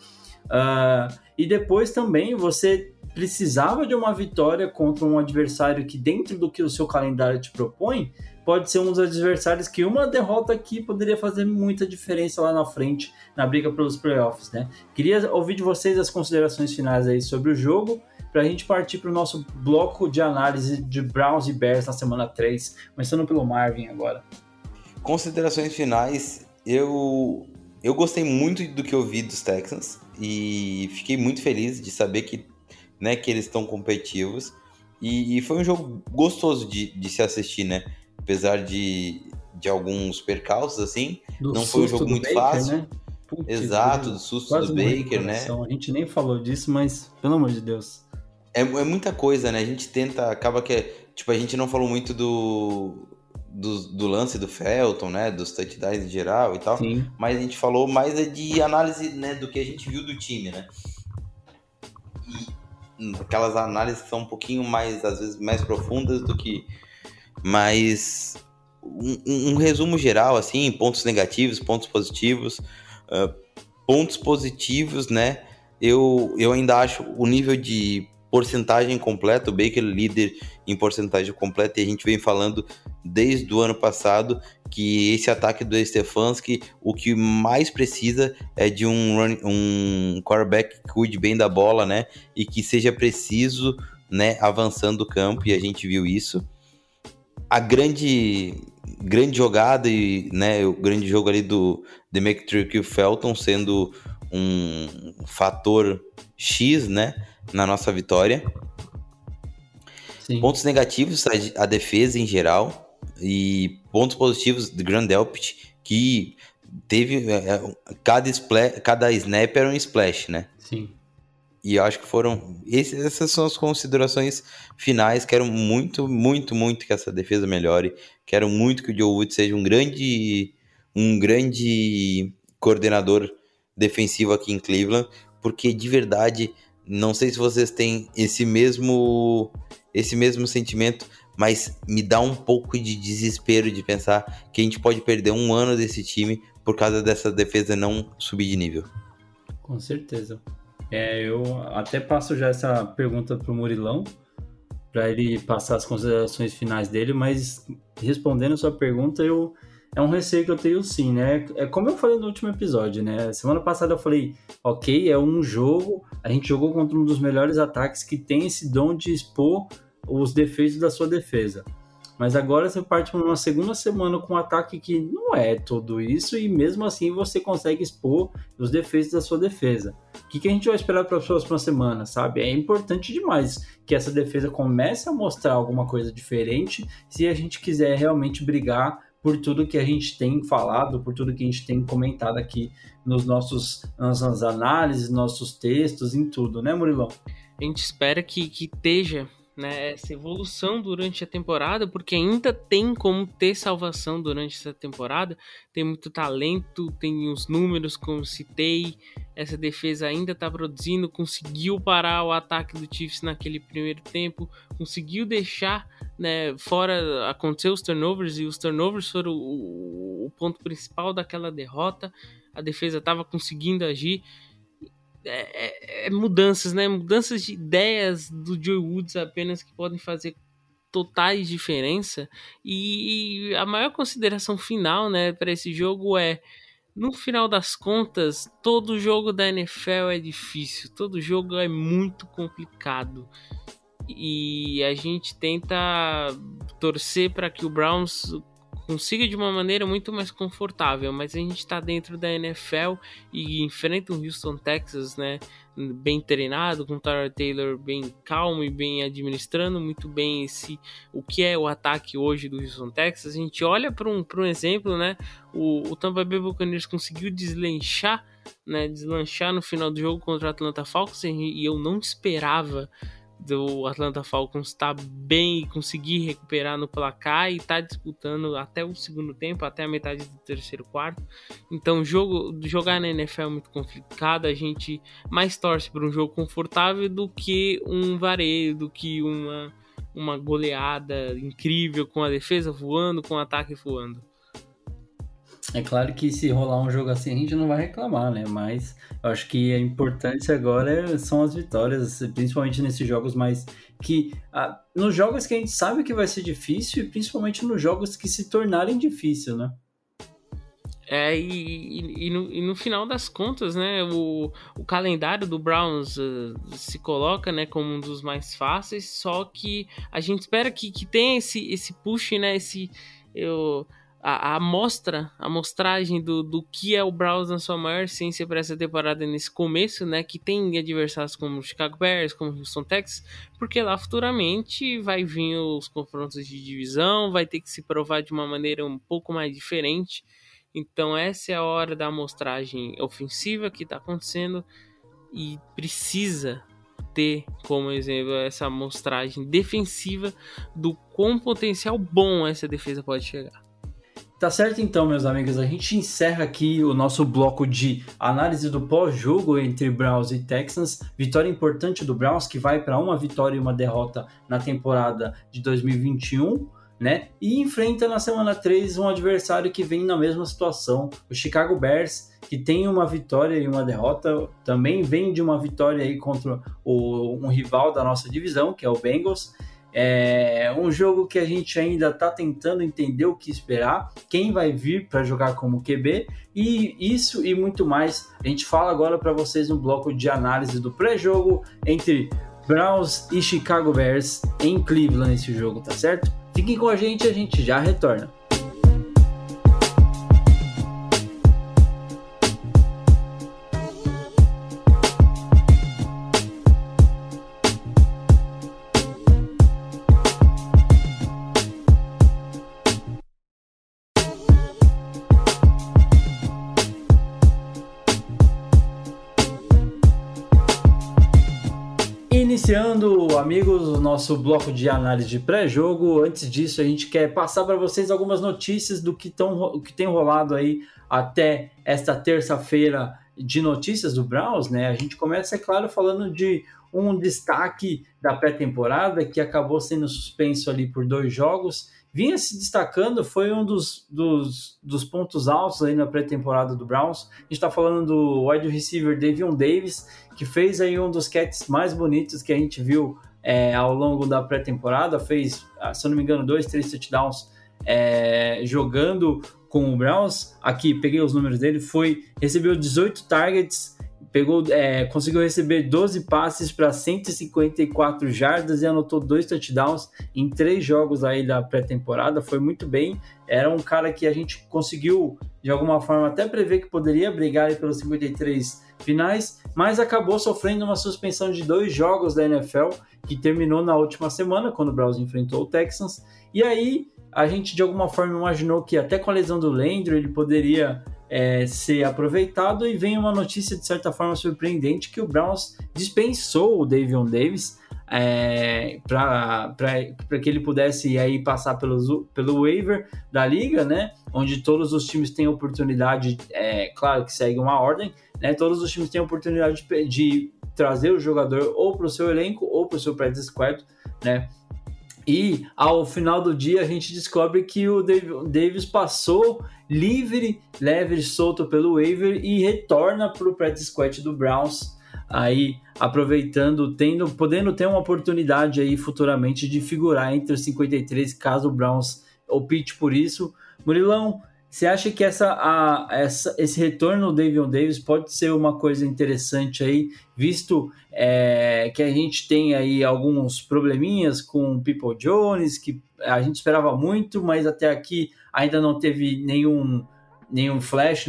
Speaker 4: E depois também você precisava de uma vitória contra um adversário que, dentro do que o seu calendário te propõe, pode ser um dos adversários que uma derrota aqui poderia fazer muita diferença lá na frente, na briga pelos playoffs, né? Queria ouvir de vocês as considerações finais aí sobre o jogo, para a gente partir para o nosso bloco de análise de Browns e Bears na semana 3, começando pelo Marvin agora.
Speaker 6: Considerações finais, eu gostei muito do que eu vi dos Texans e fiquei muito feliz de saber que eles estão competitivos e foi um jogo gostoso de se assistir, né? Apesar de alguns percalços, assim, não foi um jogo muito
Speaker 4: Baker,
Speaker 6: fácil.
Speaker 4: Né?
Speaker 6: Exato, do susto do Baker, né?
Speaker 4: A gente nem falou disso, mas pelo amor de Deus.
Speaker 6: É muita coisa, né? A gente acaba que, tipo, a gente não falou muito do lance do Felton, né? Dos touchdowns em geral e tal.
Speaker 4: Sim.
Speaker 6: Mas a gente falou mais de análise, né? Do que a gente viu do time, né? E aquelas análises que são um pouquinho mais, às vezes, mais profundas do que... Mas um resumo geral, assim, pontos negativos, pontos positivos. Pontos positivos, né? Eu ainda acho o nível de porcentagem completa, o Baker líder em porcentagem completa, e a gente vem falando desde o ano passado que esse ataque do Stefanski, o que mais precisa é de um quarterback que cuide bem da bola, né, e que seja preciso, né, avançando o campo, e a gente viu isso. A grande jogada e, né, o grande jogo ali do Demetric Felton sendo um fator X, né, na nossa vitória.
Speaker 4: Sim.
Speaker 6: Pontos negativos, a defesa em geral, e pontos positivos do Grand Delpit, que teve cada snap era um splash, né?
Speaker 4: Sim.
Speaker 6: E eu acho que essas são as considerações finais. Quero muito, muito, muito que essa defesa melhore. Quero muito que o Joe Woods seja um grande coordenador defensivo aqui em Cleveland, porque de verdade, não sei se vocês têm esse mesmo sentimento, mas me dá um pouco de desespero de pensar que a gente pode perder um ano desse time por causa dessa defesa não subir de nível.
Speaker 4: Com certeza. Eu até passo já essa pergunta pro Murilão, para ele passar as considerações finais dele, mas respondendo a sua pergunta, é um receio que eu tenho sim, né? É como eu falei no último episódio, né? Semana passada eu falei, ok, é um jogo, a gente jogou contra um dos melhores ataques que tem esse dom de expor os defeitos da sua defesa. Mas agora você parte para uma segunda semana com um ataque que não é tudo isso e mesmo assim você consegue expor os defeitos da sua defesa. O que a gente vai esperar para as próximas semanas, sabe? É importante demais que essa defesa comece a mostrar alguma coisa diferente se a gente quiser realmente brigar por tudo que a gente tem falado, por tudo que a gente tem comentado aqui nas nossas análises, nossos textos, em tudo, né, Murilão?
Speaker 5: A gente espera que esteja né, essa evolução durante a temporada, porque ainda tem como ter salvação durante essa temporada. Tem muito talento, tem os números, como citei. Essa defesa ainda está produzindo, conseguiu parar o ataque do Chiefs naquele primeiro tempo, conseguiu deixar, né, fora, aconteceu os turnovers, e os turnovers foram o ponto principal daquela derrota. A defesa estava conseguindo agir. Mudanças, né? Mudanças de ideias do Joe Woods apenas que podem fazer totais diferença. E a maior consideração final, né, para esse jogo é: no final das contas, todo jogo da NFL é difícil, todo jogo é muito complicado. E a gente tenta torcer para que o Browns consiga de uma maneira muito mais confortável, mas a gente está dentro da NFL e enfrenta um Houston Texas, né, bem treinado, com o Tyrod Taylor bem calmo e bem administrando muito bem o que é o ataque hoje do Houston Texas. A gente olha para um exemplo, né, o Tampa Bay Buccaneers conseguiu deslanchar no final do jogo contra o Atlanta Falcons, e eu não esperava do Atlanta Falcons estar bem e conseguir recuperar no placar e estar disputando até o segundo tempo, até a metade do terceiro quarto. Então jogar na NFL é muito complicado, a gente mais torce por um jogo confortável do que um vareio, do que uma goleada incrível com a defesa voando, com o ataque voando.
Speaker 4: É claro que se rolar um jogo assim a gente não vai reclamar, né? Mas eu acho que é importante agora são as vitórias, principalmente nesses jogos mais nos jogos que a gente sabe que vai ser difícil e principalmente nos jogos que se tornarem difíceis, né?
Speaker 5: E no final das contas, né, o calendário do Browns se coloca, né, como um dos mais fáceis, só que a gente espera que tenha esse push, né, a amostragem do que é o Browns na sua maior essência para essa temporada nesse começo, né, que tem adversários como o Chicago Bears, como o Houston Texans, porque lá futuramente vai vir os confrontos de divisão, vai ter que se provar de uma maneira um pouco mais diferente. Então essa é a hora da amostragem ofensiva que está acontecendo e precisa ter como exemplo essa amostragem defensiva do quão potencial bom essa defesa pode chegar.
Speaker 4: Tá certo então, meus amigos, a gente encerra aqui o nosso bloco de análise do pós-jogo entre Browns e Texans. Vitória importante do Browns, que vai para uma vitória e uma derrota na temporada de 2021, né? E enfrenta na semana 3 um adversário que vem na mesma situação, o Chicago Bears, que tem uma vitória e uma derrota, também vem de uma vitória aí contra um rival da nossa divisão, que é o Bengals. É um jogo que a gente ainda está tentando entender o que esperar, quem vai vir para jogar como QB, e isso e muito mais a gente fala agora para vocês no bloco de análise do pré-jogo entre Browns e Chicago Bears em Cleveland, esse jogo, tá certo? Fiquem com a gente já retorna. Iniciando, amigos, o nosso bloco de análise de pré-jogo. Antes disso, a gente quer passar para vocês algumas notícias do que tem rolado aí até esta terça-feira de notícias do Browns, né? A gente começa, é claro, falando de um destaque da pré-temporada que acabou sendo suspenso ali por 2 jogos. Vinha se destacando, foi um dos pontos altos aí na pré-temporada do Browns. A gente está falando do wide receiver Davion Davis, que fez aí um dos catches mais bonitos que a gente viu ao longo da pré-temporada. Fez, se eu não me engano, 2-3 touchdowns jogando com o Browns. Aqui, peguei os números dele. Recebeu 18 targets, conseguiu receber 12 passes para 154 jardas e anotou 2 touchdowns em 3 jogos aí da pré-temporada. Foi muito bem. Era um cara que a gente conseguiu, de alguma forma, até prever que poderia brigar aí pelos 53 finais, mas acabou sofrendo uma suspensão de 2 jogos da NFL, que terminou na última semana, quando o Browns enfrentou o Texans. E aí, a gente, de alguma forma, imaginou que até com a lesão do Landry, ele poderia ser aproveitado, e vem uma notícia de certa forma surpreendente, que o Browns dispensou o Davion Davis. para que ele pudesse aí passar pelo waiver da liga, né? Onde todos os times têm oportunidade, claro que segue uma ordem, né? Todos os times têm oportunidade de trazer o jogador ou para o seu elenco ou para o seu practice squad, né? E ao final do dia a gente descobre que o Davis passou livre, leve, solto pelo waiver e retorna para o practice squad do Browns, aí aproveitando, podendo ter uma oportunidade aí futuramente de figurar entre os 53, caso o Browns opte por isso. Murilão, você acha que esse retorno do Davion Davis pode ser uma coisa interessante aí, visto que a gente tem aí alguns probleminhas com o People Jones, que a gente esperava muito, mas até aqui ainda não teve nenhum flash,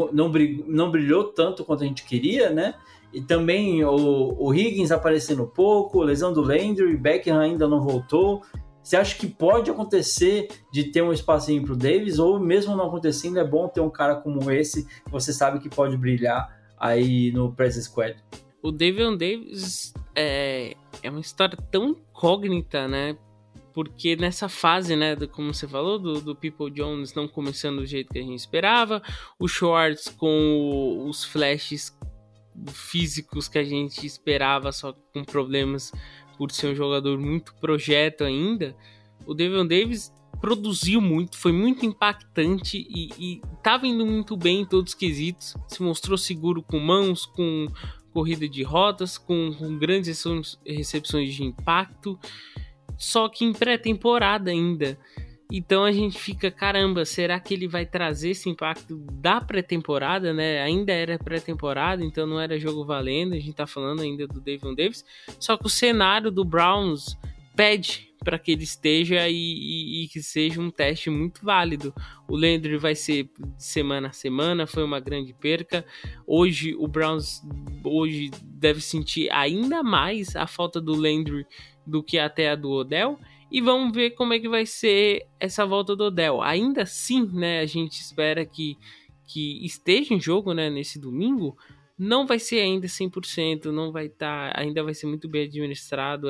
Speaker 4: não brilhou tanto quanto a gente queria, né? E também o Higgins aparecendo pouco, lesão do Landry, Beckham ainda não voltou. Você acha que pode acontecer de ter um espacinho para o Davis, ou mesmo não acontecendo, é bom ter um cara como esse, que você sabe que pode brilhar aí no practice squad?
Speaker 5: O Davion Davis é uma história tão incógnita, né? Porque nessa fase, né, como você falou, do People Jones não começando do jeito que a gente esperava, o Schwartz com os flashes físicos que a gente esperava, só com problemas por ser um jogador muito projeto ainda, o Davion Davis produziu muito, foi muito impactante e estava indo muito bem em todos os quesitos, se mostrou seguro com mãos, com corrida de rotas, com grandes recepções de impacto, só que em pré-temporada ainda. Então a gente fica, caramba, será que ele vai trazer esse impacto da pré-temporada, né? Ainda era pré-temporada, então não era jogo valendo, a gente tá falando ainda do Davion Davis, só que o cenário do Browns pede para que ele esteja e que seja um teste muito válido. O Landry vai ser de semana a semana, foi uma grande perca. Hoje o Browns deve sentir ainda mais a falta do Landry do que até a do Odell. E vamos ver como é que vai ser essa volta do Odell. Ainda assim, né, a gente espera que esteja em jogo, né, nesse domingo. Não vai ser ainda 100%, não vai estar, ainda vai ser muito bem administrado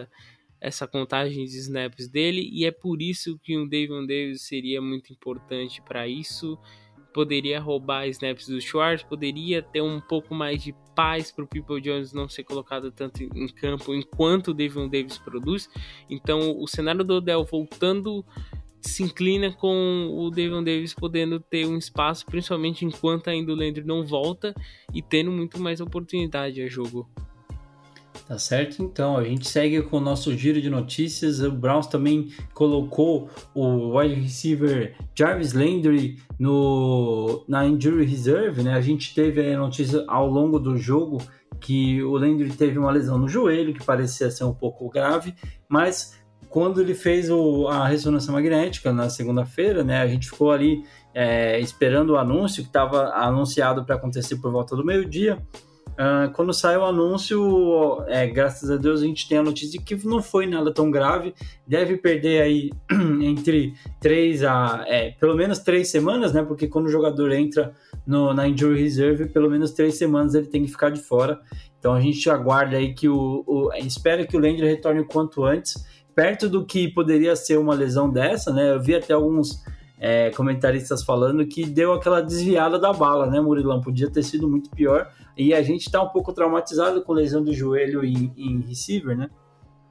Speaker 5: essa contagem de snaps dele, e é por isso que um Davion Davis seria muito importante para isso. Poderia roubar snaps do Schwartz, poderia ter um pouco mais de paz para o People Jones não ser colocado tanto em campo enquanto o Davion Davis produz. Então o cenário do Odell voltando se inclina com o Davion Davis podendo ter um espaço, principalmente enquanto ainda o Landry não volta e tendo muito mais oportunidade a jogo.
Speaker 4: Tá certo, então a gente segue com o nosso giro de notícias. O Browns também colocou o wide receiver Jarvis Landry na injury reserve, né? A gente teve a notícia ao longo do jogo que o Landry teve uma lesão no joelho, que parecia ser um pouco grave, mas quando ele fez a ressonância magnética na segunda-feira, né? A gente ficou ali esperando o anúncio, que estava anunciado para acontecer por volta do meio-dia. Quando saiu o anúncio, graças a Deus a gente tem a notícia de que não foi nada tão grave, deve perder aí entre 3 a pelo menos 3 semanas, né? Porque quando o jogador entra na injury reserve, pelo menos 3 semanas ele tem que ficar de fora. Então a gente aguarda aí que espera que o Landry retorne o quanto antes, perto do que poderia ser uma lesão dessa, né? Eu vi até alguns comentaristas falando que deu aquela desviada da bala, né, Murilão? Podia ter sido muito pior, e a gente tá um pouco traumatizado com lesão do joelho em receiver, né?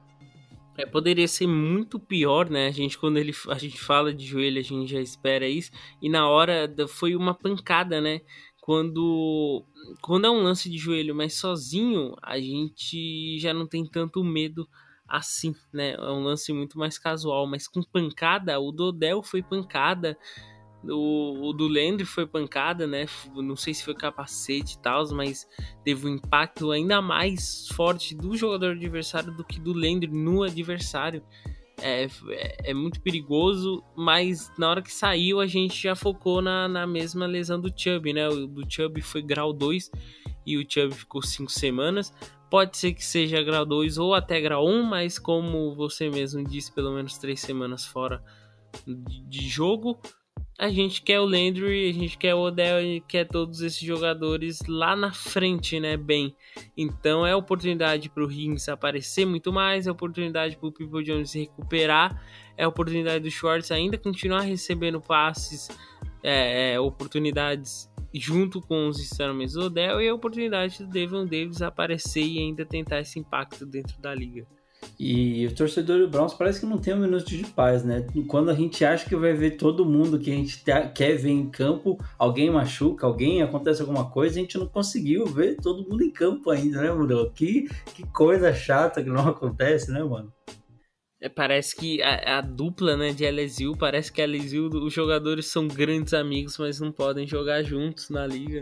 Speaker 5: Poderia ser muito pior, né? Quando a gente fala de joelho, a gente já espera isso, e na hora foi uma pancada, né? Quando é um lance de joelho, mas sozinho, a gente já não tem tanto medo assim, né? É um lance muito mais casual, mas com pancada, o do Odell foi pancada, o do Landry foi pancada, né? Não sei se foi capacete e tal, mas teve um impacto ainda mais forte do jogador adversário do que do Landry no adversário. É muito perigoso, mas na hora que saiu a gente já focou na mesma lesão do Chubb, né? O do Chubb foi grau 2 e o Chubb ficou 5 semanas. Pode ser que seja grau 2 ou até grau 1, mas como você mesmo disse, pelo menos 3 semanas fora de jogo. a gente quer o Landry, a gente quer o Odell, a gente quer todos esses jogadores lá na frente, né, bem. Então é oportunidade para o Higgins aparecer muito mais, é oportunidade para o People Jones se recuperar, é oportunidade do Schwartz ainda continuar recebendo passes, oportunidades junto com os ensinamentos do Odell, e a oportunidade do Devon Davis aparecer e ainda tentar esse impacto dentro da liga.
Speaker 4: E o torcedor do Browns parece que não tem um minuto de paz, né? Quando a gente acha que vai ver todo mundo que a gente quer ver em campo, alguém machuca, acontece alguma coisa, a gente não conseguiu ver todo mundo em campo ainda, né, Murilo? Que coisa chata que não acontece, né, mano?
Speaker 5: Parece que a dupla, né, de LSU, parece que a LSU, os jogadores são grandes amigos, mas não podem jogar juntos na liga.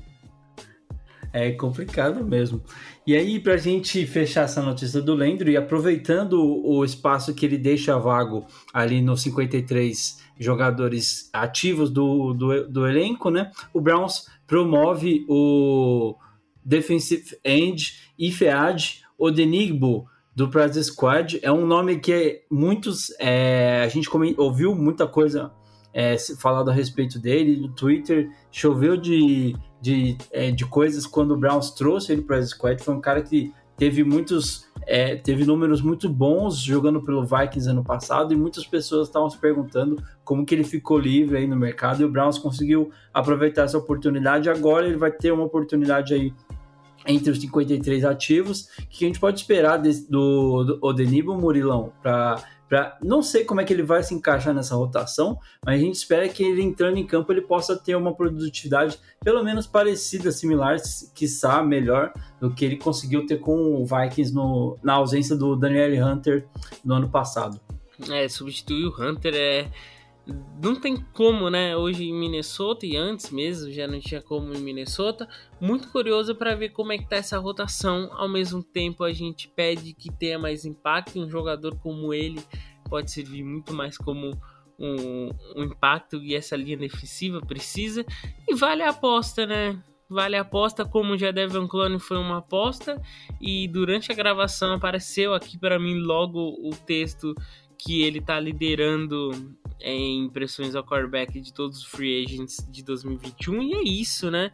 Speaker 4: É complicado mesmo. E aí, pra gente fechar essa notícia do Landry, aproveitando o espaço que ele deixa vago ali nos 53 jogadores ativos do elenco, né? O Browns promove o defensive end Ifeadi Odenigbo do Practice Squad. É um nome que a gente ouviu muita coisa falado a respeito dele no Twitter, choveu de coisas quando o Browns trouxe ele para a squad. Foi um cara que teve números muito bons jogando pelo Vikings ano passado, e muitas pessoas estavam se perguntando como que ele ficou livre aí no mercado, e o Browns conseguiu aproveitar essa oportunidade. Agora ele vai ter uma oportunidade aí entre os 53 ativos. Que a gente pode esperar do Odenigbo, Murilão, não sei como é que ele vai se encaixar nessa rotação, mas a gente espera que ele entrando em campo ele possa ter uma produtividade pelo menos parecida, similar, quiçá melhor do que ele conseguiu ter com o Vikings na ausência do Daniel Hunter no ano passado.
Speaker 5: Substituir o Hunter não tem como, né? Hoje em Minnesota, e antes mesmo já não tinha como em Minnesota. Muito curioso para ver como é que tá essa rotação. Ao mesmo tempo, a gente pede que tenha mais impacto. Um jogador como ele pode servir muito mais como um impacto, e essa linha defensiva precisa. E vale a aposta, né? Vale a aposta, como já Devon Clowney foi uma aposta. E durante a gravação apareceu aqui para mim logo o texto que ele tá liderando em impressões ao quarterback de todos os free agents de 2021, e é isso, né?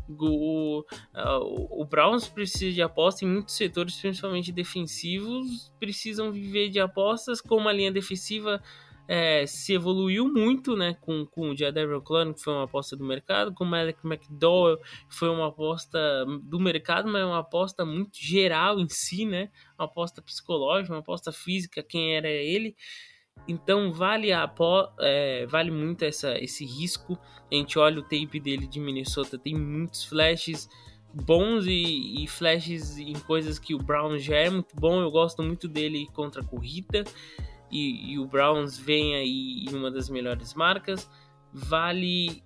Speaker 5: O Browns precisa de aposta em muitos setores, principalmente defensivos, precisam viver de apostas. Como a linha defensiva se evoluiu muito, né? Com o Jadeveon Clowney, que foi uma aposta do mercado, com o Alec McDowell, que foi uma aposta do mercado, mas uma aposta muito geral em si, né? Uma aposta psicológica, uma aposta física, quem era ele. Então vale muito esse risco. A gente olha o tape dele de Minnesota, tem muitos flashes bons e flashes em coisas que o Browns já é muito bom. Eu gosto muito dele contra a corrida, e o Browns vem aí em uma das melhores marcas. Vale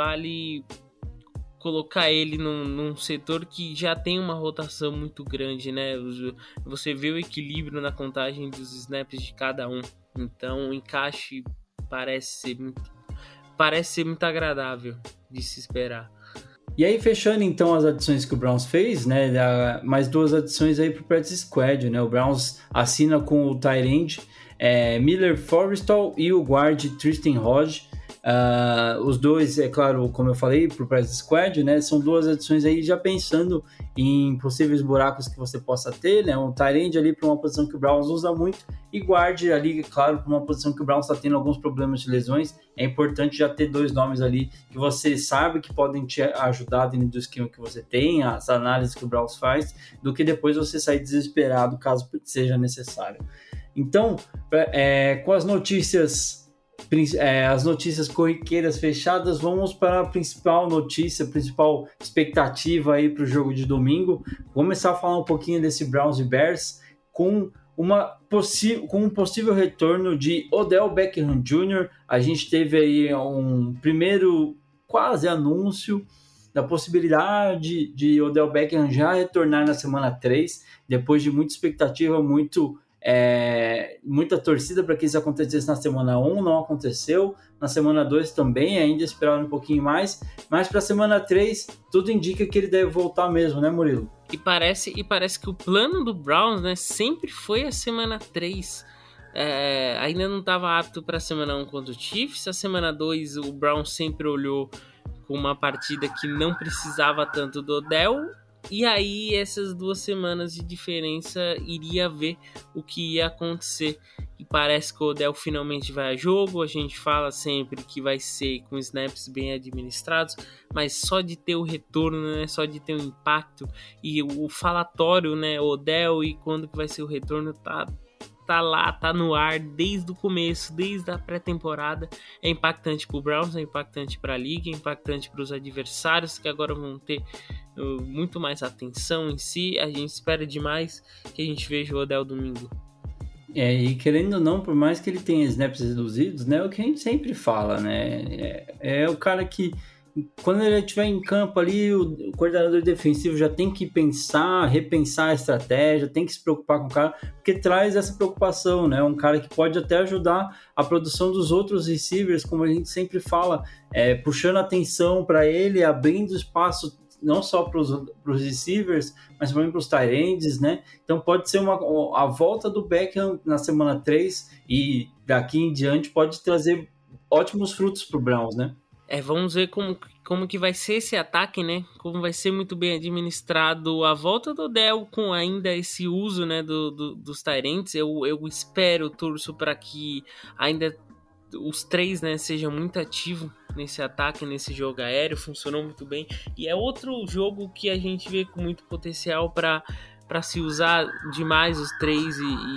Speaker 5: colocar ele num setor que já tem uma rotação muito grande, né? Você vê o equilíbrio na contagem dos snaps de cada um. Então o encaixe parece ser muito agradável de se esperar.
Speaker 4: E aí, fechando então as adições que o Browns fez, né? Mais 2 adições aí pro Practice Squad, né? O Browns assina com o tight end Miller Forrestal e o guard Tristan Hodge. Os dois, é claro, como eu falei, pro Practice Squad, né? São 2 adições aí já pensando em possíveis buracos que você possa ter, né? Um tight end ali para uma posição que o Browns usa muito, e guard ali, claro, para uma posição que o Browns está tendo alguns problemas de lesões. É importante já ter 2 nomes ali que você sabe que podem te ajudar dentro do esquema que você tem, as análises que o Browns faz, do que depois você sair desesperado caso seja necessário. Então, com as notícias corriqueiras fechadas, vamos para a principal notícia, principal expectativa aí para o jogo de domingo. Vou começar a falar um pouquinho desse Browns e Bears com um possível retorno de Odell Beckham Jr. A gente teve aí um primeiro quase anúncio da possibilidade de Odell Beckham já retornar na semana 3, depois de muita expectativa, muita torcida para que isso acontecesse na semana 1, não aconteceu. Na semana 2 também, ainda esperaram um pouquinho mais, mas para a semana 3 tudo indica que ele deve voltar mesmo, né, Murilo?
Speaker 5: E parece que o plano do Browns, né, sempre foi a semana 3. ainda não estava apto para a semana 1 contra o Chiefs. A semana 2 o Browns sempre olhou com uma partida que não precisava tanto do Odell. E aí essas 2 semanas de diferença iria ver o que ia acontecer. E parece que o Odell finalmente vai a jogo. A gente fala sempre que vai ser com snaps bem administrados, mas só de ter o retorno, né, só de ter o impacto e o falatório, né, Odell e quando que vai ser o retorno, tá lá, tá no ar desde o começo, desde a pré-temporada. É impactante pro Browns, é impactante pra liga, é impactante pros adversários que agora vão ter muito mais atenção em si. A gente espera demais que a gente veja o Odell domingo.
Speaker 4: E querendo ou não, por mais que ele tenha snaps reduzidos, né, é o que a gente sempre fala, né, é o cara que quando ele estiver em campo ali, o coordenador defensivo já tem que repensar a estratégia, tem que se preocupar com o cara, porque traz essa preocupação, né? Um cara que pode até ajudar a produção dos outros receivers, como a gente sempre fala, puxando atenção para ele, abrindo espaço não só para os receivers, mas também para os tight ends, né? Então pode ser a volta do Beckham na semana 3 e daqui em diante pode trazer ótimos frutos para o Browns, né?
Speaker 5: Vamos ver como que vai ser esse ataque, né? Como vai ser muito bem administrado a volta do Odell com ainda esse uso, né, dos tight ends. Eu espero, torço para que ainda os 3, né, sejam muito ativos nesse ataque, nesse jogo aéreo. Funcionou muito bem. E é outro jogo que a gente vê com muito potencial para se usar demais os 3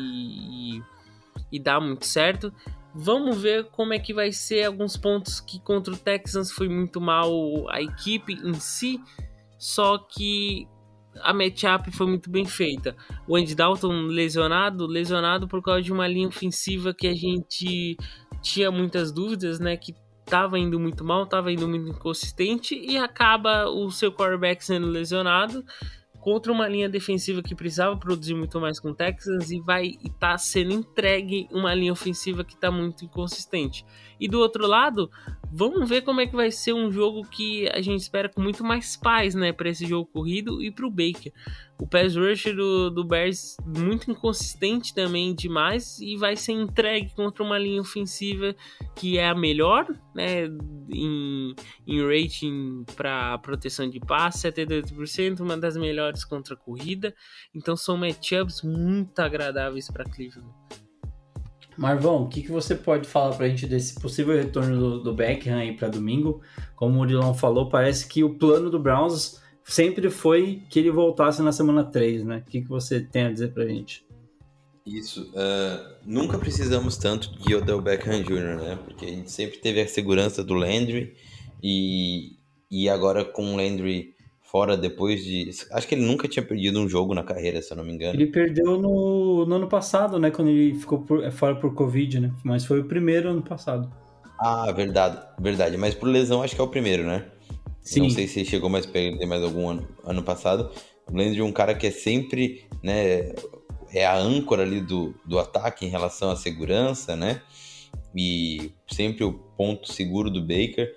Speaker 5: e dar muito certo. Vamos ver como é que vai ser alguns pontos que contra o Texans foi muito mal a equipe em si, só que a matchup foi muito bem feita. O Andy Dalton lesionado por causa de uma linha ofensiva que a gente tinha muitas dúvidas, né, que estava indo muito mal, estava indo muito inconsistente e acaba o seu quarterback sendo lesionado contra uma linha defensiva que precisava produzir muito mais com o Texans e vai estar sendo entregue uma linha ofensiva que está muito inconsistente. E do outro lado, vamos ver como é que vai ser um jogo que a gente espera com muito mais paz, né, para esse jogo corrido e para o Baker. O pass rush do Bears muito inconsistente também demais e vai ser entregue contra uma linha ofensiva que é a melhor, né, em rating para proteção de passe, 78%, uma das melhores contra a corrida. Então são matchups muito agradáveis para Cleveland.
Speaker 4: Marvão, o que você pode falar pra gente desse possível retorno do Beckham aí para domingo? Como o Murilão falou, parece que o plano do Browns sempre foi que ele voltasse na semana 3, né? O que você tem a dizer pra gente?
Speaker 6: Isso, nunca precisamos tanto de Odell Beckham Jr., né? Porque a gente sempre teve a segurança do Landry e agora com o Landry fora depois de... Acho que ele nunca tinha perdido um jogo na carreira, se eu não me engano.
Speaker 4: Ele perdeu no ano passado, né? Quando ele ficou fora por Covid, né? Mas foi o primeiro ano passado.
Speaker 6: Ah, verdade. Mas por lesão acho que é o primeiro, né? Sim. Não sei se chegou mais perder mais algum ano passado. O Landry é um cara que é sempre, né, é a âncora ali do ataque em relação à segurança, né? E sempre o ponto seguro do Baker.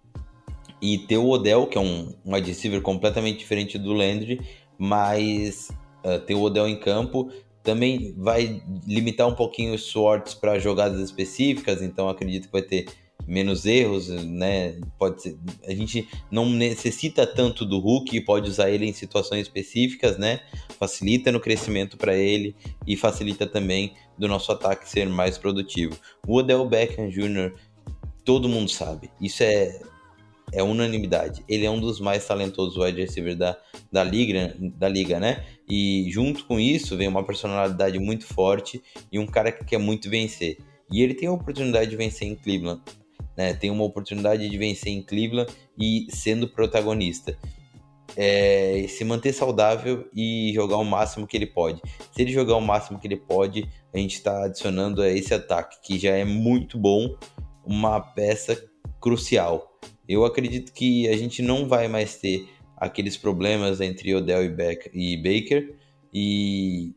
Speaker 6: E ter o Odell, que é um wide receiver completamente diferente do Landry, mas ter o Odell em campo também vai limitar um pouquinho os Swartz para jogadas específicas, então acredito que vai ter menos erros, né? Pode ser, a gente não necessita tanto do Hulk e pode usar ele em situações específicas, né? Facilita no crescimento para ele e facilita também do nosso ataque ser mais produtivo. O Odell Beckham Jr., todo mundo sabe, isso é unanimidade. Ele é um dos mais talentosos wide receivers da liga, né? E junto com isso vem uma personalidade muito forte e um cara que quer muito vencer. E ele tem a oportunidade de vencer em Cleveland, né? Tem uma oportunidade de vencer em Cleveland e sendo protagonista. Se manter saudável e jogar o máximo que ele pode. Se ele jogar o máximo que ele pode, a gente está adicionando a esse ataque, que já é muito bom, uma peça crucial. Eu acredito que a gente não vai mais ter aqueles problemas entre Odell e Baker e,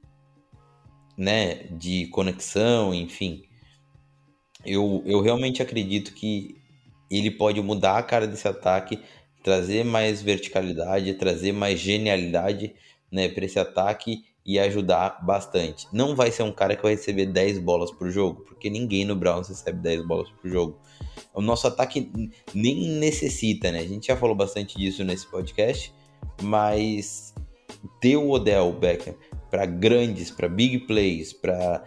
Speaker 6: né, de conexão, enfim. Eu realmente acredito que ele pode mudar a cara desse ataque, trazer mais verticalidade, trazer mais genialidade, né, para esse ataque e ajudar bastante. Não vai ser um cara que vai receber 10 bolas por jogo, porque ninguém no Browns recebe 10 bolas por jogo. O nosso ataque nem necessita, né? A gente já falou bastante disso nesse podcast, mas ter o Odell Beckham para big plays, para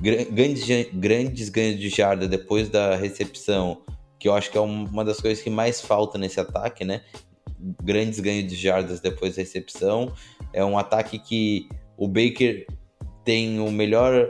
Speaker 6: grandes ganhos de jarda depois da recepção, que eu acho que é uma das coisas que mais falta nesse ataque, né? Grandes ganhos de jardas depois da recepção. É um ataque que o Baker tem o melhor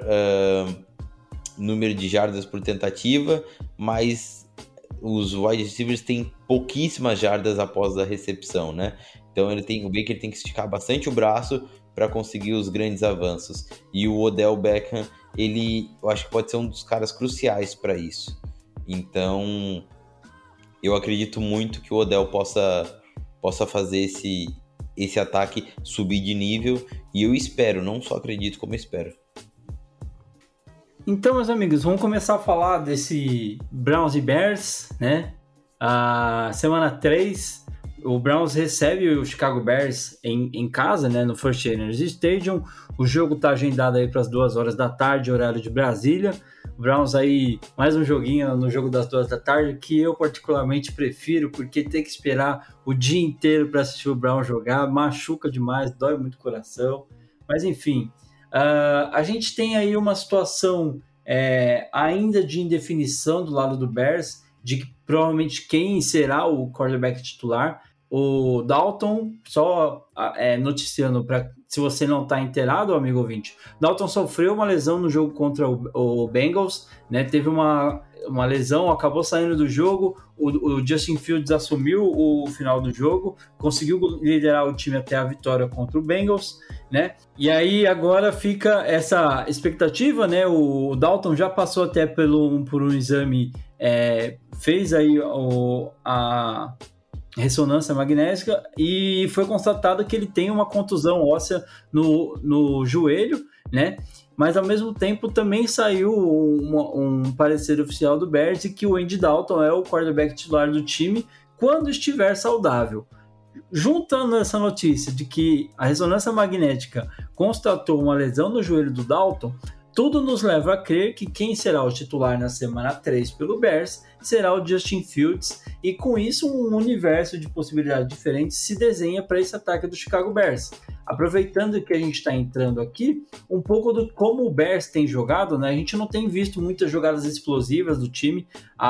Speaker 6: número de jardas por tentativa, mas os wide receivers têm pouquíssimas jardas após a recepção, né? Então o Baker tem que esticar bastante o braço para conseguir os grandes avanços. E o Odell Beckham, eu acho que pode ser um dos caras cruciais para isso. Então, eu acredito muito que o Odell possa fazer esse ataque subir de nível. E eu espero, não só acredito, como espero.
Speaker 4: Então, meus amigos, vamos começar a falar desse Browns e Bears, né? A semana 3, o Browns recebe o Chicago Bears em casa, né? No First Energy Stadium. O jogo tá agendado aí para as 2 horas da tarde, horário de Brasília. O Browns aí, mais um joguinho no jogo das 2 da tarde, que eu particularmente prefiro, porque ter que esperar o dia inteiro para assistir o Browns jogar machuca demais, dói muito o coração. Mas enfim, a gente tem aí uma situação ainda de indefinição do lado do Bears, de que provavelmente quem será o quarterback titular. O Dalton, só noticiando, se você não está inteirado, amigo ouvinte, Dalton sofreu uma lesão no jogo contra o Bengals, né? Teve uma lesão, acabou saindo do jogo, o Justin Fields assumiu o final do jogo, conseguiu liderar o time até a vitória contra o Bengals, né? E aí agora fica essa expectativa, né? O Dalton já passou até por um exame, fez aí a ressonância magnética e foi constatado que ele tem uma contusão óssea no joelho, né? Mas ao mesmo tempo também saiu um parecer oficial do Bears que o Andy Dalton é o quarterback titular do time quando estiver saudável. Juntando essa notícia de que a ressonância magnética constatou uma lesão no joelho do Dalton, tudo nos leva a crer que quem será o titular na semana 3 pelo Bears será o Justin Fields, e com isso um universo de possibilidades diferentes se desenha para esse ataque do Chicago Bears. Aproveitando que a gente está entrando aqui, um pouco do como o Bears tem jogado, né? A gente não tem visto muitas jogadas explosivas do time,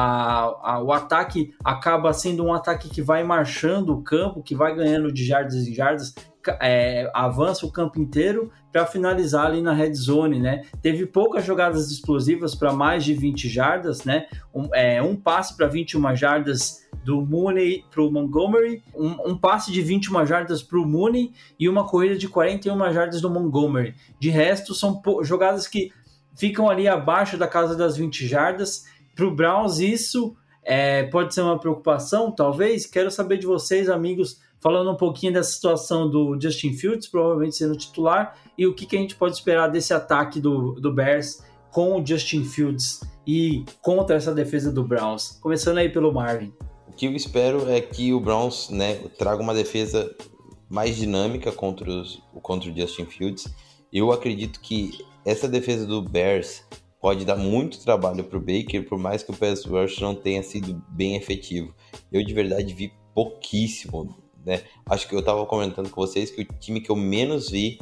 Speaker 4: o ataque acaba sendo um ataque que vai marchando o campo, que vai ganhando de jardas em jardas, avança o campo inteiro para finalizar ali na red zone, né? Teve poucas jogadas explosivas para mais de 20 jardas, né? Um passe para 21 jardas do Mooney para o Montgomery, um passe de 21 jardas para o Mooney e uma corrida de 41 jardas do Montgomery. De resto, são jogadas que ficam ali abaixo da casa das 20 jardas. Para o Browns, isso pode ser uma preocupação, talvez. Quero saber de vocês, amigos, falando um pouquinho dessa situação do Justin Fields, provavelmente sendo titular, e o que a gente pode esperar desse ataque do Bears com o Justin Fields e contra essa defesa do Browns. Começando aí pelo Marvin.
Speaker 6: O que eu espero é que o Browns, né, traga uma defesa mais dinâmica contra o Justin Fields. Eu acredito que essa defesa do Bears pode dar muito trabalho para o Baker, por mais que o pass rush não tenha sido bem efetivo. Eu de verdade vi pouquíssimo, né? Acho que eu estava comentando com vocês que o time que eu menos vi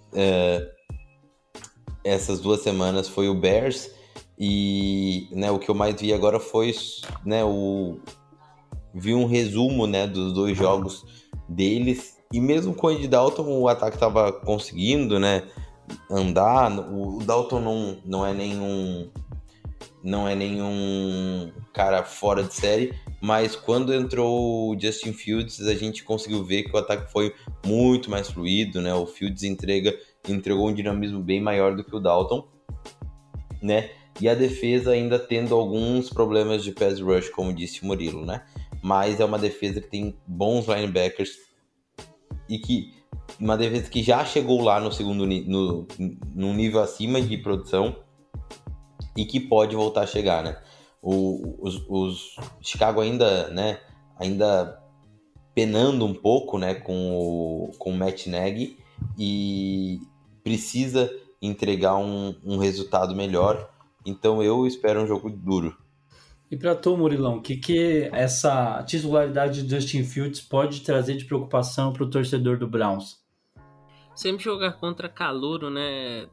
Speaker 6: essas 2 semanas foi o Bears, e, né, o que eu mais vi agora foi, né, vi um resumo, né, dos 2 jogos deles, e mesmo com o Andy Dalton o ataque estava conseguindo, né, andar. O Dalton não é nenhum cara fora de série, mas quando entrou o Justin Fields a gente conseguiu ver que o ataque foi muito mais fluido, né? O Fields entregou um dinamismo bem maior do que o Dalton, né? E a defesa ainda tendo alguns problemas de pass rush, como disse o Murilo, né? Mas é uma defesa que tem bons linebackers e que uma defesa que já chegou lá no segundo num nível acima de produção e que pode voltar a chegar, né? Os Chicago ainda penando um pouco, né, com o Matt Nagy, e precisa entregar um resultado melhor. Então eu espero um jogo duro.
Speaker 4: E para tu, Murilão, o que essa titularidade de Justin Fields pode trazer de preocupação para o torcedor do Browns?
Speaker 5: Sempre jogar contra calouro, né?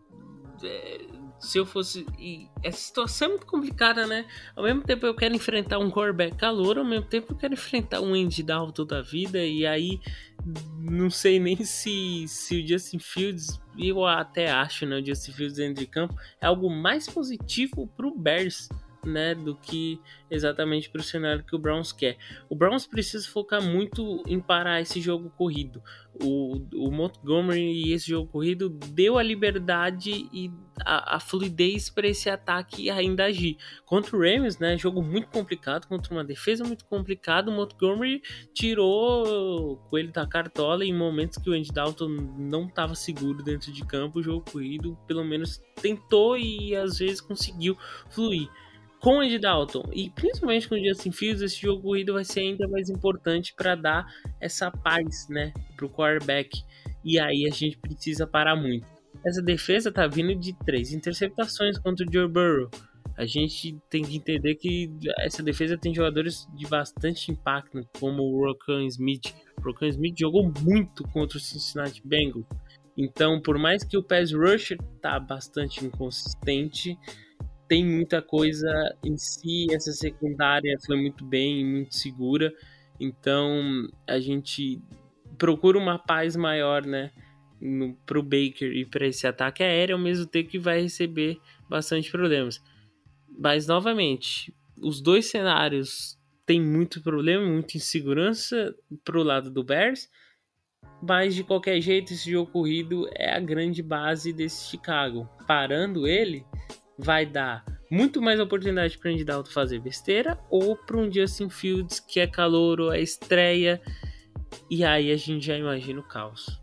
Speaker 5: Se eu fosse... E essa situação é muito complicada, né? Ao mesmo tempo eu quero enfrentar um quarterback calouro, ao mesmo tempo eu quero enfrentar um Andy Dalton da vida, e aí não sei nem se o Justin Fields, eu até acho, né, o Justin Fields dentro de campo é algo mais positivo pro Bears, né, do que exatamente para o cenário que o Browns quer. O Browns precisa focar muito em parar esse jogo corrido. O Montgomery e esse jogo corrido deu a liberdade e a fluidez para esse ataque ainda agir. Contra o Rams, né, jogo muito complicado, contra uma defesa muito complicada, o Montgomery tirou o coelho da cartola em momentos que o Andy Dalton não estava seguro dentro de campo. O jogo corrido pelo menos tentou e às vezes conseguiu fluir. Com o Andy Dalton e principalmente com o Justin Fields, esse jogo corrido vai ser ainda mais importante para dar essa paz, né, pro quarterback. E aí a gente precisa parar muito. Essa defesa tá vindo de 3 interceptações contra o Joe Burrow. A gente tem que entender que essa defesa tem jogadores de bastante impacto, como o Roquan Smith. O Roquan Smith jogou muito contra o Cincinnati Bengals. Então, por mais que o pass rusher tá bastante inconsistente, tem muita coisa em si. Essa secundária foi muito bem, muito segura. Então a gente procura uma paz maior, né, pro Baker e para esse ataque aéreo, ao mesmo tempo que vai receber bastante problemas. Mas novamente, os dois cenários têm muito problema, muita insegurança pro lado do Bears. Mas de qualquer jeito, esse jogo corrido é a grande base desse Chicago. Parando ele, vai dar muito mais oportunidade para o Andy Dalton fazer besteira ou para um Justin Fields que é calouro, a estreia, e aí a gente já imagina o caos.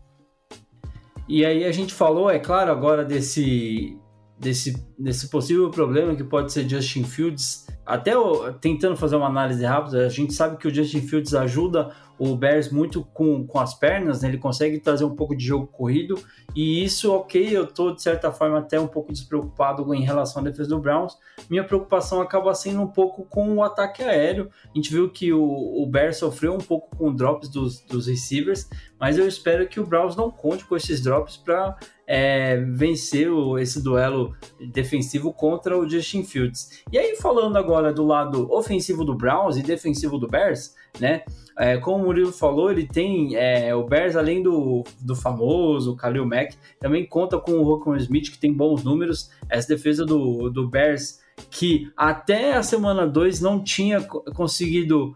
Speaker 4: E aí a gente falou, é claro, agora desse possível problema que pode ser Justin Fields. Até tentando fazer uma análise rápida, a gente sabe que o Justin Fields ajuda o Bears muito com as pernas, né? Ele consegue trazer um pouco de jogo corrido, e isso, ok, eu tô de certa forma até um pouco despreocupado em relação à defesa do Browns. Minha preocupação acaba sendo um pouco com o ataque aéreo. A gente viu que o Bears sofreu um pouco com drops dos receivers, mas eu espero que o Browns não conte com esses drops para vencer esse duelo defensivo contra o Justin Fields. E aí, falando agora do lado ofensivo do Browns e defensivo do Bears, né? Como o Murilo falou, ele tem o Bears, além do famoso Khalil Mack, também conta com o Roquan Smith, que tem bons números. Essa defesa do Bears, que até a semana 2 não tinha conseguido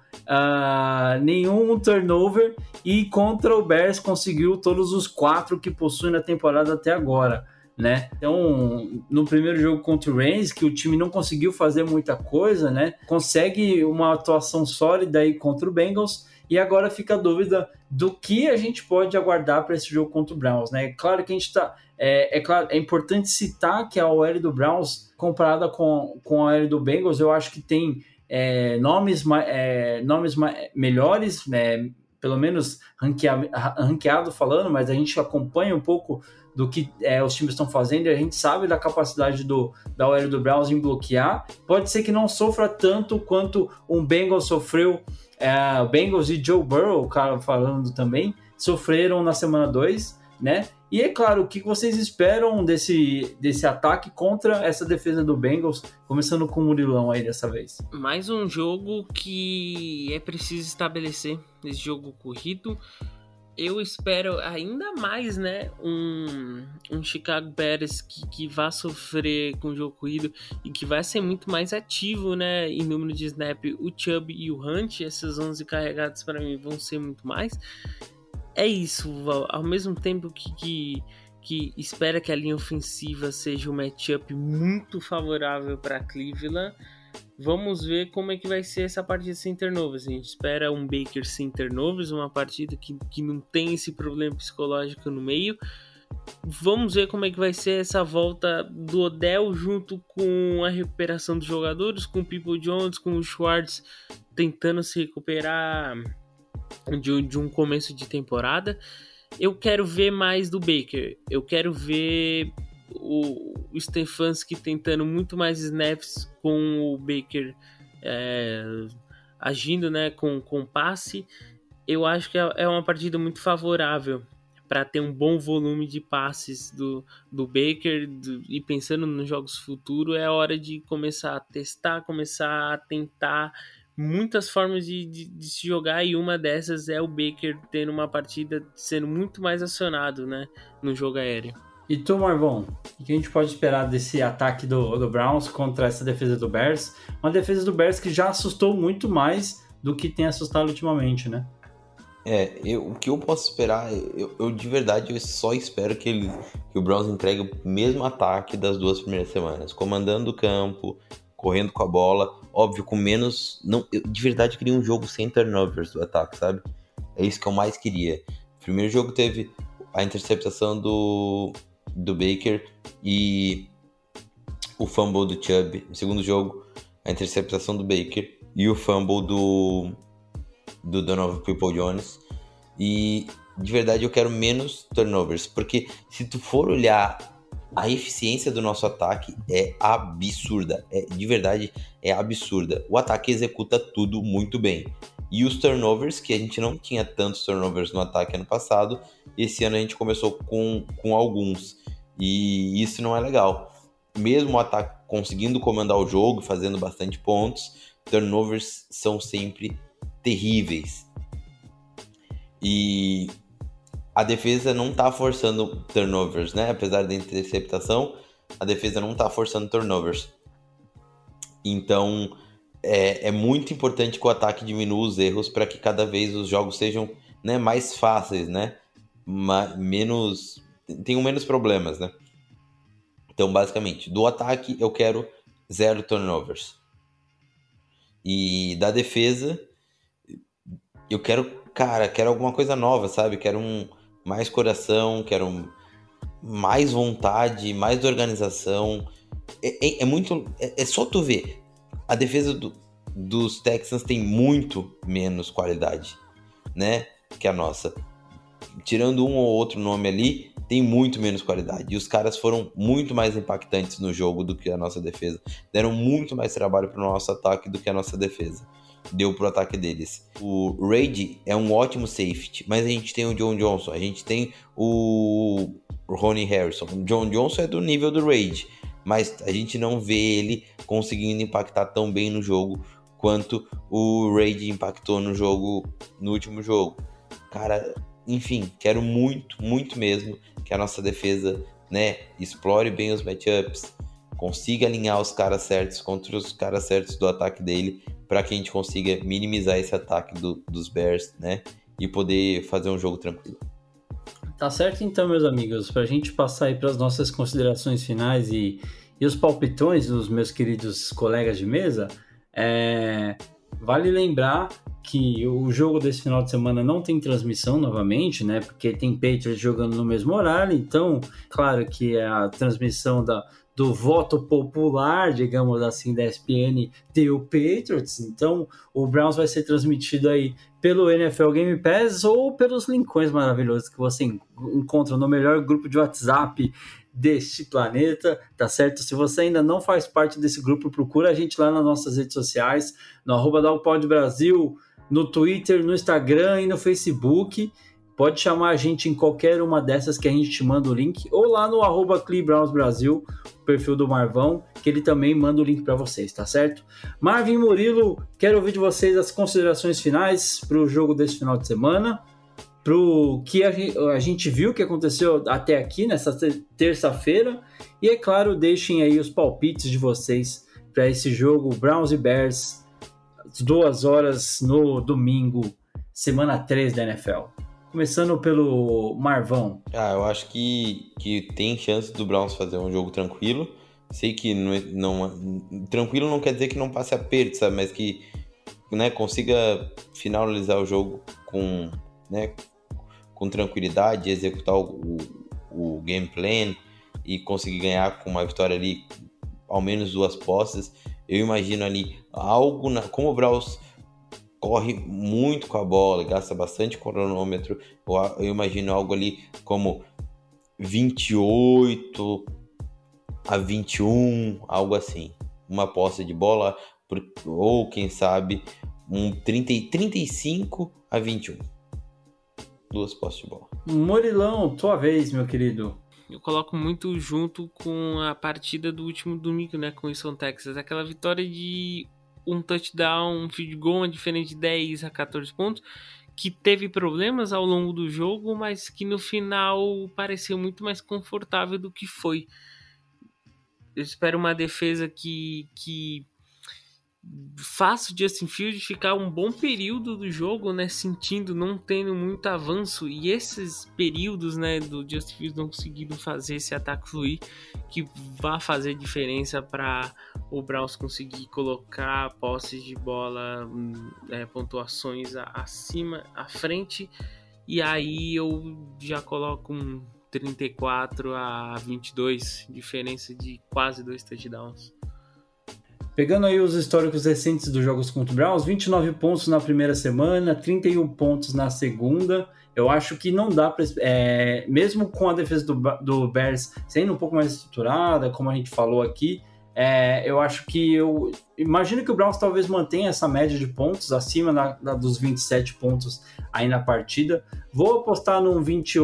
Speaker 4: nenhum turnover, e contra o Bears conseguiu todos os 4 que possui na temporada até agora, né? Então, no primeiro jogo contra o Rams, que o time não conseguiu fazer muita coisa, né? Consegue uma atuação sólida aí contra o Bengals, e agora fica a dúvida do que a gente pode aguardar para esse jogo contra o Browns, né? Claro que a gente tá... claro, é importante citar que a OL do Browns, comparada com a OL do Bengals, eu acho que tem nomes melhores, né? Pelo menos ranqueado falando, mas a gente acompanha um pouco do que os times estão fazendo, e a gente sabe da capacidade da OL do Browns em bloquear. Pode ser que não sofra tanto quanto um Bengals sofreu. Bengals e Joe Burrow, o cara falando também, sofreram na semana 2, né? E é claro, o que vocês esperam desse ataque contra essa defesa do Bengals, começando com o Murilão aí dessa vez?
Speaker 5: Mais um jogo que é preciso estabelecer, esse jogo corrido. Eu espero ainda mais, né, um Chicago Bears que vai sofrer com o jogo corrido e que vai ser muito mais ativo, né, em número de snap. O Chubb e o Hunt, esses 11 carregados para mim vão ser muito mais. É isso, ao mesmo tempo que espera que a linha ofensiva seja um matchup muito favorável para Cleveland. Vamos ver como é que vai ser essa partida sem turnovers. A gente espera um Baker sem turnovers, uma partida que não tem esse problema psicológico no meio. Vamos ver como é que vai ser essa volta do Odell junto com a recuperação dos jogadores, com o People Jones, com o Schwartz tentando se recuperar de um começo de temporada. eu quero ver mais do Baker. Eu quero ver o Stefanski tentando muito mais snaps com o Baker agindo, né, com passe. Eu acho que é uma partida muito favorável para ter um bom volume de passes do Baker, e pensando nos jogos futuros, é hora de começar a testar, começar a tentar muitas formas de se jogar, e uma dessas é o Baker tendo uma partida sendo muito mais acionado, né, no jogo aéreo.
Speaker 4: E tu, Marvão, o que a gente pode esperar desse ataque do Browns contra essa defesa do Bears? Uma defesa do Bears que já assustou muito mais do que tem assustado ultimamente, né?
Speaker 6: O que eu posso esperar, eu de verdade eu só espero que o Browns entregue o mesmo ataque das 2 primeiras semanas, comandando o campo, correndo com a bola, óbvio, com menos... eu de verdade queria um jogo sem turnovers do ataque, sabe? É isso que eu mais queria. O primeiro jogo teve a interceptação do Baker e o fumble do Chubb. No segundo jogo, a interceptação do Baker e o fumble do Donovan Peoples-Jones. E de verdade eu quero menos turnovers, porque se tu for olhar a eficiência do nosso ataque é absurda, de verdade é absurda. O ataque executa tudo muito bem, e os turnovers, que a gente não tinha tantos turnovers no ataque ano passado, esse ano a gente começou com alguns, e isso não é legal. Mesmo o ataque conseguindo comandar o jogo, fazendo bastante pontos, turnovers são sempre terríveis. E a defesa não tá forçando turnovers, né? Apesar da interceptação, a defesa não tá forçando turnovers. Então, é muito importante que o ataque diminua os erros para que cada vez os jogos sejam, né, mais fáceis, né? Tenham menos problemas, né? Então, basicamente, do ataque eu quero 0 turnovers. E da defesa, eu quero alguma coisa nova, sabe? Quero mais coração, quero mais vontade, mais organização. É só tu ver. A defesa dos Texans tem muito menos qualidade, né? Que a nossa. Tirando um ou outro nome ali, tem muito menos qualidade. E os caras foram muito mais impactantes no jogo do que a nossa defesa. Deram muito mais trabalho pro nosso ataque do que a nossa defesa deu pro ataque deles. O Reid é um ótimo safety, mas a gente tem o John Johnson, a gente tem o Ronnie Harrison. O John Johnson é do nível do Reid, mas a gente não vê ele conseguindo impactar tão bem no jogo quanto o Reid impactou no último jogo. Cara, enfim, quero muito, muito mesmo que a nossa defesa, né, explore bem os matchups, consiga alinhar os caras certos contra os caras certos do ataque dele, para que a gente consiga minimizar esse ataque dos Bears, né, e poder fazer um jogo tranquilo.
Speaker 4: Tá certo então, meus amigos, para a gente passar aí para as nossas considerações finais e os palpitões dos meus queridos colegas de mesa, vale lembrar que o jogo desse final de semana não tem transmissão novamente, né? Porque tem Patriots jogando no mesmo horário, então, claro que é a transmissão do voto popular, digamos assim, da ESPN deu Patriots, então o Browns vai ser transmitido aí pelo NFL Game Pass ou pelos linkões maravilhosos que você encontra no melhor grupo de WhatsApp deste planeta, tá certo? Se você ainda não faz parte desse grupo, procura a gente lá nas nossas redes sociais, no @DalPodBrasil, no Twitter, no Instagram e no Facebook. Pode chamar a gente em qualquer uma dessas que a gente te manda o link, ou lá no @CleeBrownsBrasil, o perfil do Marvão, que ele também manda o link para vocês, tá certo? Marvin, Murilo, quero ouvir de vocês as considerações finais para o jogo desse final de semana, para o que a gente viu que aconteceu até aqui, nessa terça-feira, e é claro, deixem aí os palpites de vocês para esse jogo Browns e Bears, às 2 horas no domingo, semana 3 da NFL. Começando pelo Marvão.
Speaker 6: Eu acho que tem chance do Browns fazer um jogo tranquilo. Sei que tranquilo não quer dizer que não passe aperto, sabe? Mas que, né, consiga finalizar o jogo com tranquilidade, executar o game plan e conseguir ganhar com uma vitória ali, ao menos 2 posses. Eu imagino ali algo, como o Browns corre muito com a bola, gasta bastante cronômetro. Eu imagino algo ali como 28-21, algo assim. Uma posse de bola, ou quem sabe, 35-21. 2 posses de bola.
Speaker 4: Murilão, tua vez, meu querido.
Speaker 5: Eu coloco muito junto com a partida do último domingo, né, com o Houston Texas. Aquela vitória de um touchdown, um field goal, uma diferença de 10 a 14 pontos, que teve problemas ao longo do jogo, mas que no final pareceu muito mais confortável do que foi. Eu espero uma defesa que faça o Justin Fields ficar um bom período do jogo, né, sentindo, não tendo muito avanço, e esses períodos, né, do Justin Fields não conseguindo fazer esse ataque fluir, que vai fazer diferença para o Browns conseguir colocar posses de bola, pontuações acima, à frente, e aí eu já coloco um 34-22, diferença de quase 2 touchdowns.
Speaker 4: Pegando aí os históricos recentes dos jogos contra o Browns, 29 pontos na primeira semana, 31 pontos na segunda. Eu acho que não dá para... mesmo com a defesa do Bears sendo um pouco mais estruturada, como a gente falou aqui, eu acho que eu imagino que o Browns talvez mantenha essa média de pontos acima dos 27 pontos aí na partida. Vou apostar num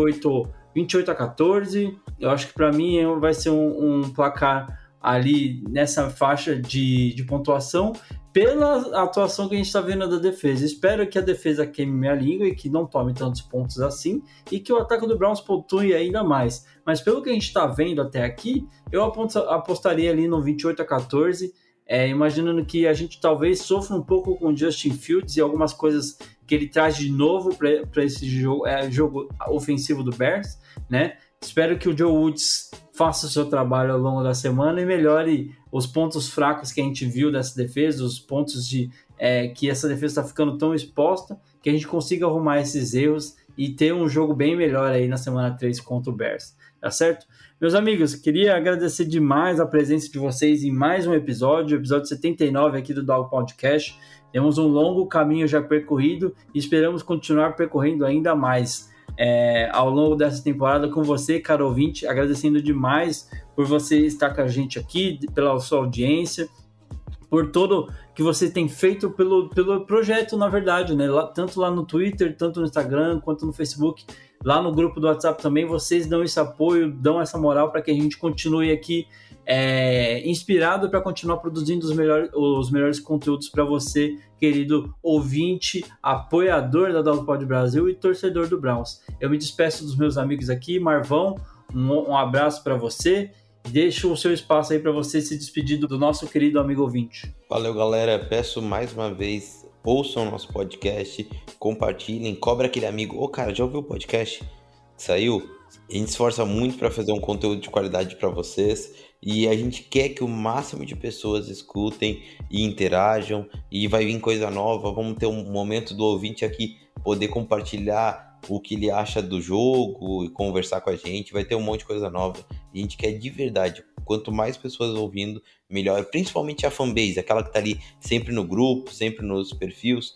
Speaker 4: 28-14. Eu acho que para mim vai ser um placar ali nessa faixa de pontuação, pela atuação que a gente está vendo da defesa. Espero que a defesa queime minha língua e que não tome tantos pontos assim, e que o ataque do Browns pontue ainda mais. Mas pelo que a gente está vendo até aqui, eu apostaria ali no 28-14, imaginando que a gente talvez sofra um pouco com o Justin Fields e algumas coisas que ele traz de novo para esse jogo ofensivo do Bears, né? Espero que o Joe Woods faça o seu trabalho ao longo da semana e melhore os pontos fracos que a gente viu dessa defesa, os pontos que essa defesa está ficando tão exposta, que a gente consiga arrumar esses erros e ter um jogo bem melhor aí na semana 3 contra o Bears, tá certo? Meus amigos, queria agradecer demais a presença de vocês em mais um episódio 79 aqui do Dog Podcast. Temos um longo caminho já percorrido e esperamos continuar percorrendo ainda mais ao longo dessa temporada com você, caro ouvinte, agradecendo demais por você estar com a gente aqui, pela sua audiência, por tudo que você tem feito pelo projeto, na verdade, né? Tanto lá no Twitter, tanto no Instagram, quanto no Facebook, lá no grupo do WhatsApp também, vocês dão esse apoio, dão essa moral para que a gente continue aqui inspirado para continuar produzindo os melhores conteúdos para você, querido ouvinte, apoiador da Dogpod Brasil e torcedor do Browns. Eu me despeço dos meus amigos aqui. Marvão, um abraço para você e deixo o seu espaço aí para você se despedir do nosso querido amigo ouvinte.
Speaker 6: Valeu, galera. Peço mais uma vez, ouçam o nosso podcast, compartilhem, cobra aquele amigo. Cara, já ouviu o podcast? Saiu? A gente se esforça muito para fazer um conteúdo de qualidade para vocês e a gente quer que o máximo de pessoas escutem e interajam, e vai vir coisa nova. Vamos ter um momento do ouvinte aqui poder compartilhar o que ele acha do jogo e conversar com a gente. Vai ter um monte de coisa nova e a gente quer de verdade. Quanto mais pessoas ouvindo, melhor. Principalmente a fanbase, aquela que tá ali sempre no grupo, sempre nos perfis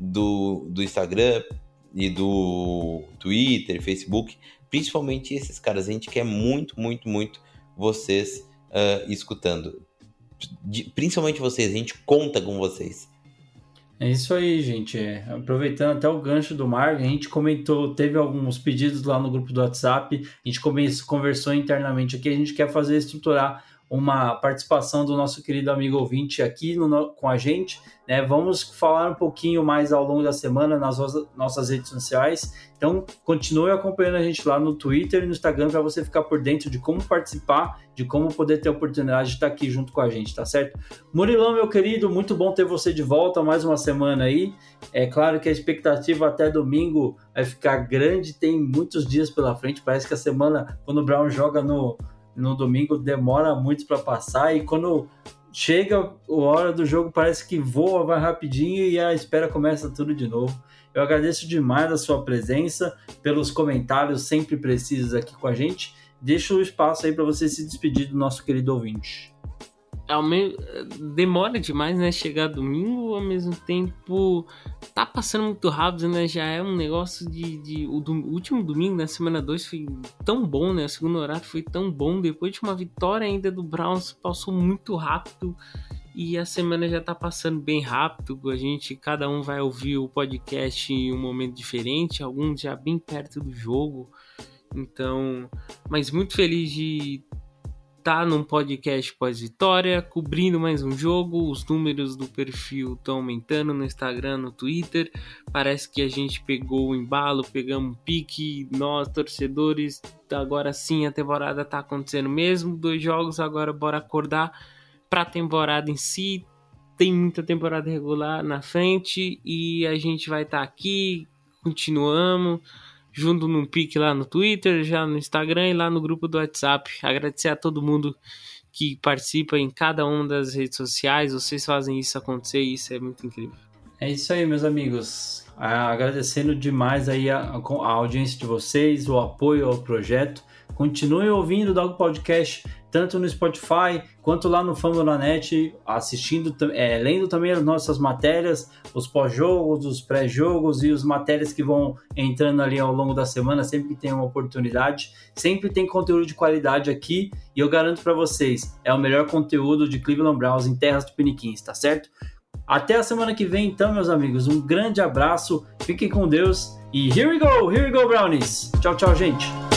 Speaker 6: do Instagram e do Twitter, Facebook. Principalmente esses caras, a gente quer muito, muito, muito vocês escutando. Principalmente vocês, a gente conta com vocês.
Speaker 4: É isso aí, gente. Aproveitando até o gancho do Mark, a gente comentou, teve alguns pedidos lá no grupo do WhatsApp, a gente conversou internamente aqui, a gente quer estruturar uma participação do nosso querido amigo ouvinte aqui com a gente, né? Vamos falar um pouquinho mais ao longo da semana nas nossas redes sociais, então continue acompanhando a gente lá no Twitter e no Instagram para você ficar por dentro de como participar, de como poder ter a oportunidade de estar aqui junto com a gente, tá certo? Murilão, meu querido, muito bom ter você de volta mais uma semana aí. É claro que a expectativa até domingo vai ficar grande, tem muitos dias pela frente, parece que a semana, quando o Brown joga no domingo, demora muito para passar, e quando chega a hora do jogo parece que voa, vai rapidinho e a espera começa tudo de novo. Eu agradeço demais a sua presença, pelos comentários sempre precisos aqui com a gente. Deixo o espaço aí para você se despedir do nosso querido ouvinte.
Speaker 5: demora demais, né, chegar domingo, ao mesmo tempo tá passando muito rápido, né, já é um negócio o último domingo, na semana 2 foi tão bom, né, o segundo horário foi tão bom, depois de uma vitória ainda do Browns, passou muito rápido e a semana já tá passando bem rápido, cada um vai ouvir o podcast em um momento diferente, alguns já bem perto do jogo, então, mas muito feliz de tá num podcast pós-vitória, cobrindo mais um jogo, os números do perfil estão aumentando no Instagram, no Twitter, parece que a gente pegou o embalo, pegamos um pique, nós torcedores, agora sim a temporada tá acontecendo mesmo, 2 jogos, agora bora acordar pra temporada em si, tem muita temporada regular na frente e a gente vai estar aqui, continuamos, junto num pique lá no Twitter, já no Instagram e lá no grupo do WhatsApp. Agradecer a todo mundo que participa em cada uma das redes sociais. Vocês fazem isso acontecer e isso é muito incrível.
Speaker 4: É isso aí, meus amigos. Agradecendo demais aí a audiência de vocês, o apoio ao projeto. Continuem ouvindo o Dog Podcast, tanto no Spotify quanto lá no Fambonanet, assistindo, lendo também as nossas matérias, os pós-jogos, os pré-jogos e as matérias que vão entrando ali ao longo da semana, sempre que tem uma oportunidade. Sempre tem conteúdo de qualidade aqui e eu garanto para vocês, é o melhor conteúdo de Cleveland Browns em terras tupiniquins, tá certo? Até a semana que vem, então, meus amigos. Um grande abraço, fiquem com Deus e here we go, Brownies! Tchau, tchau, gente!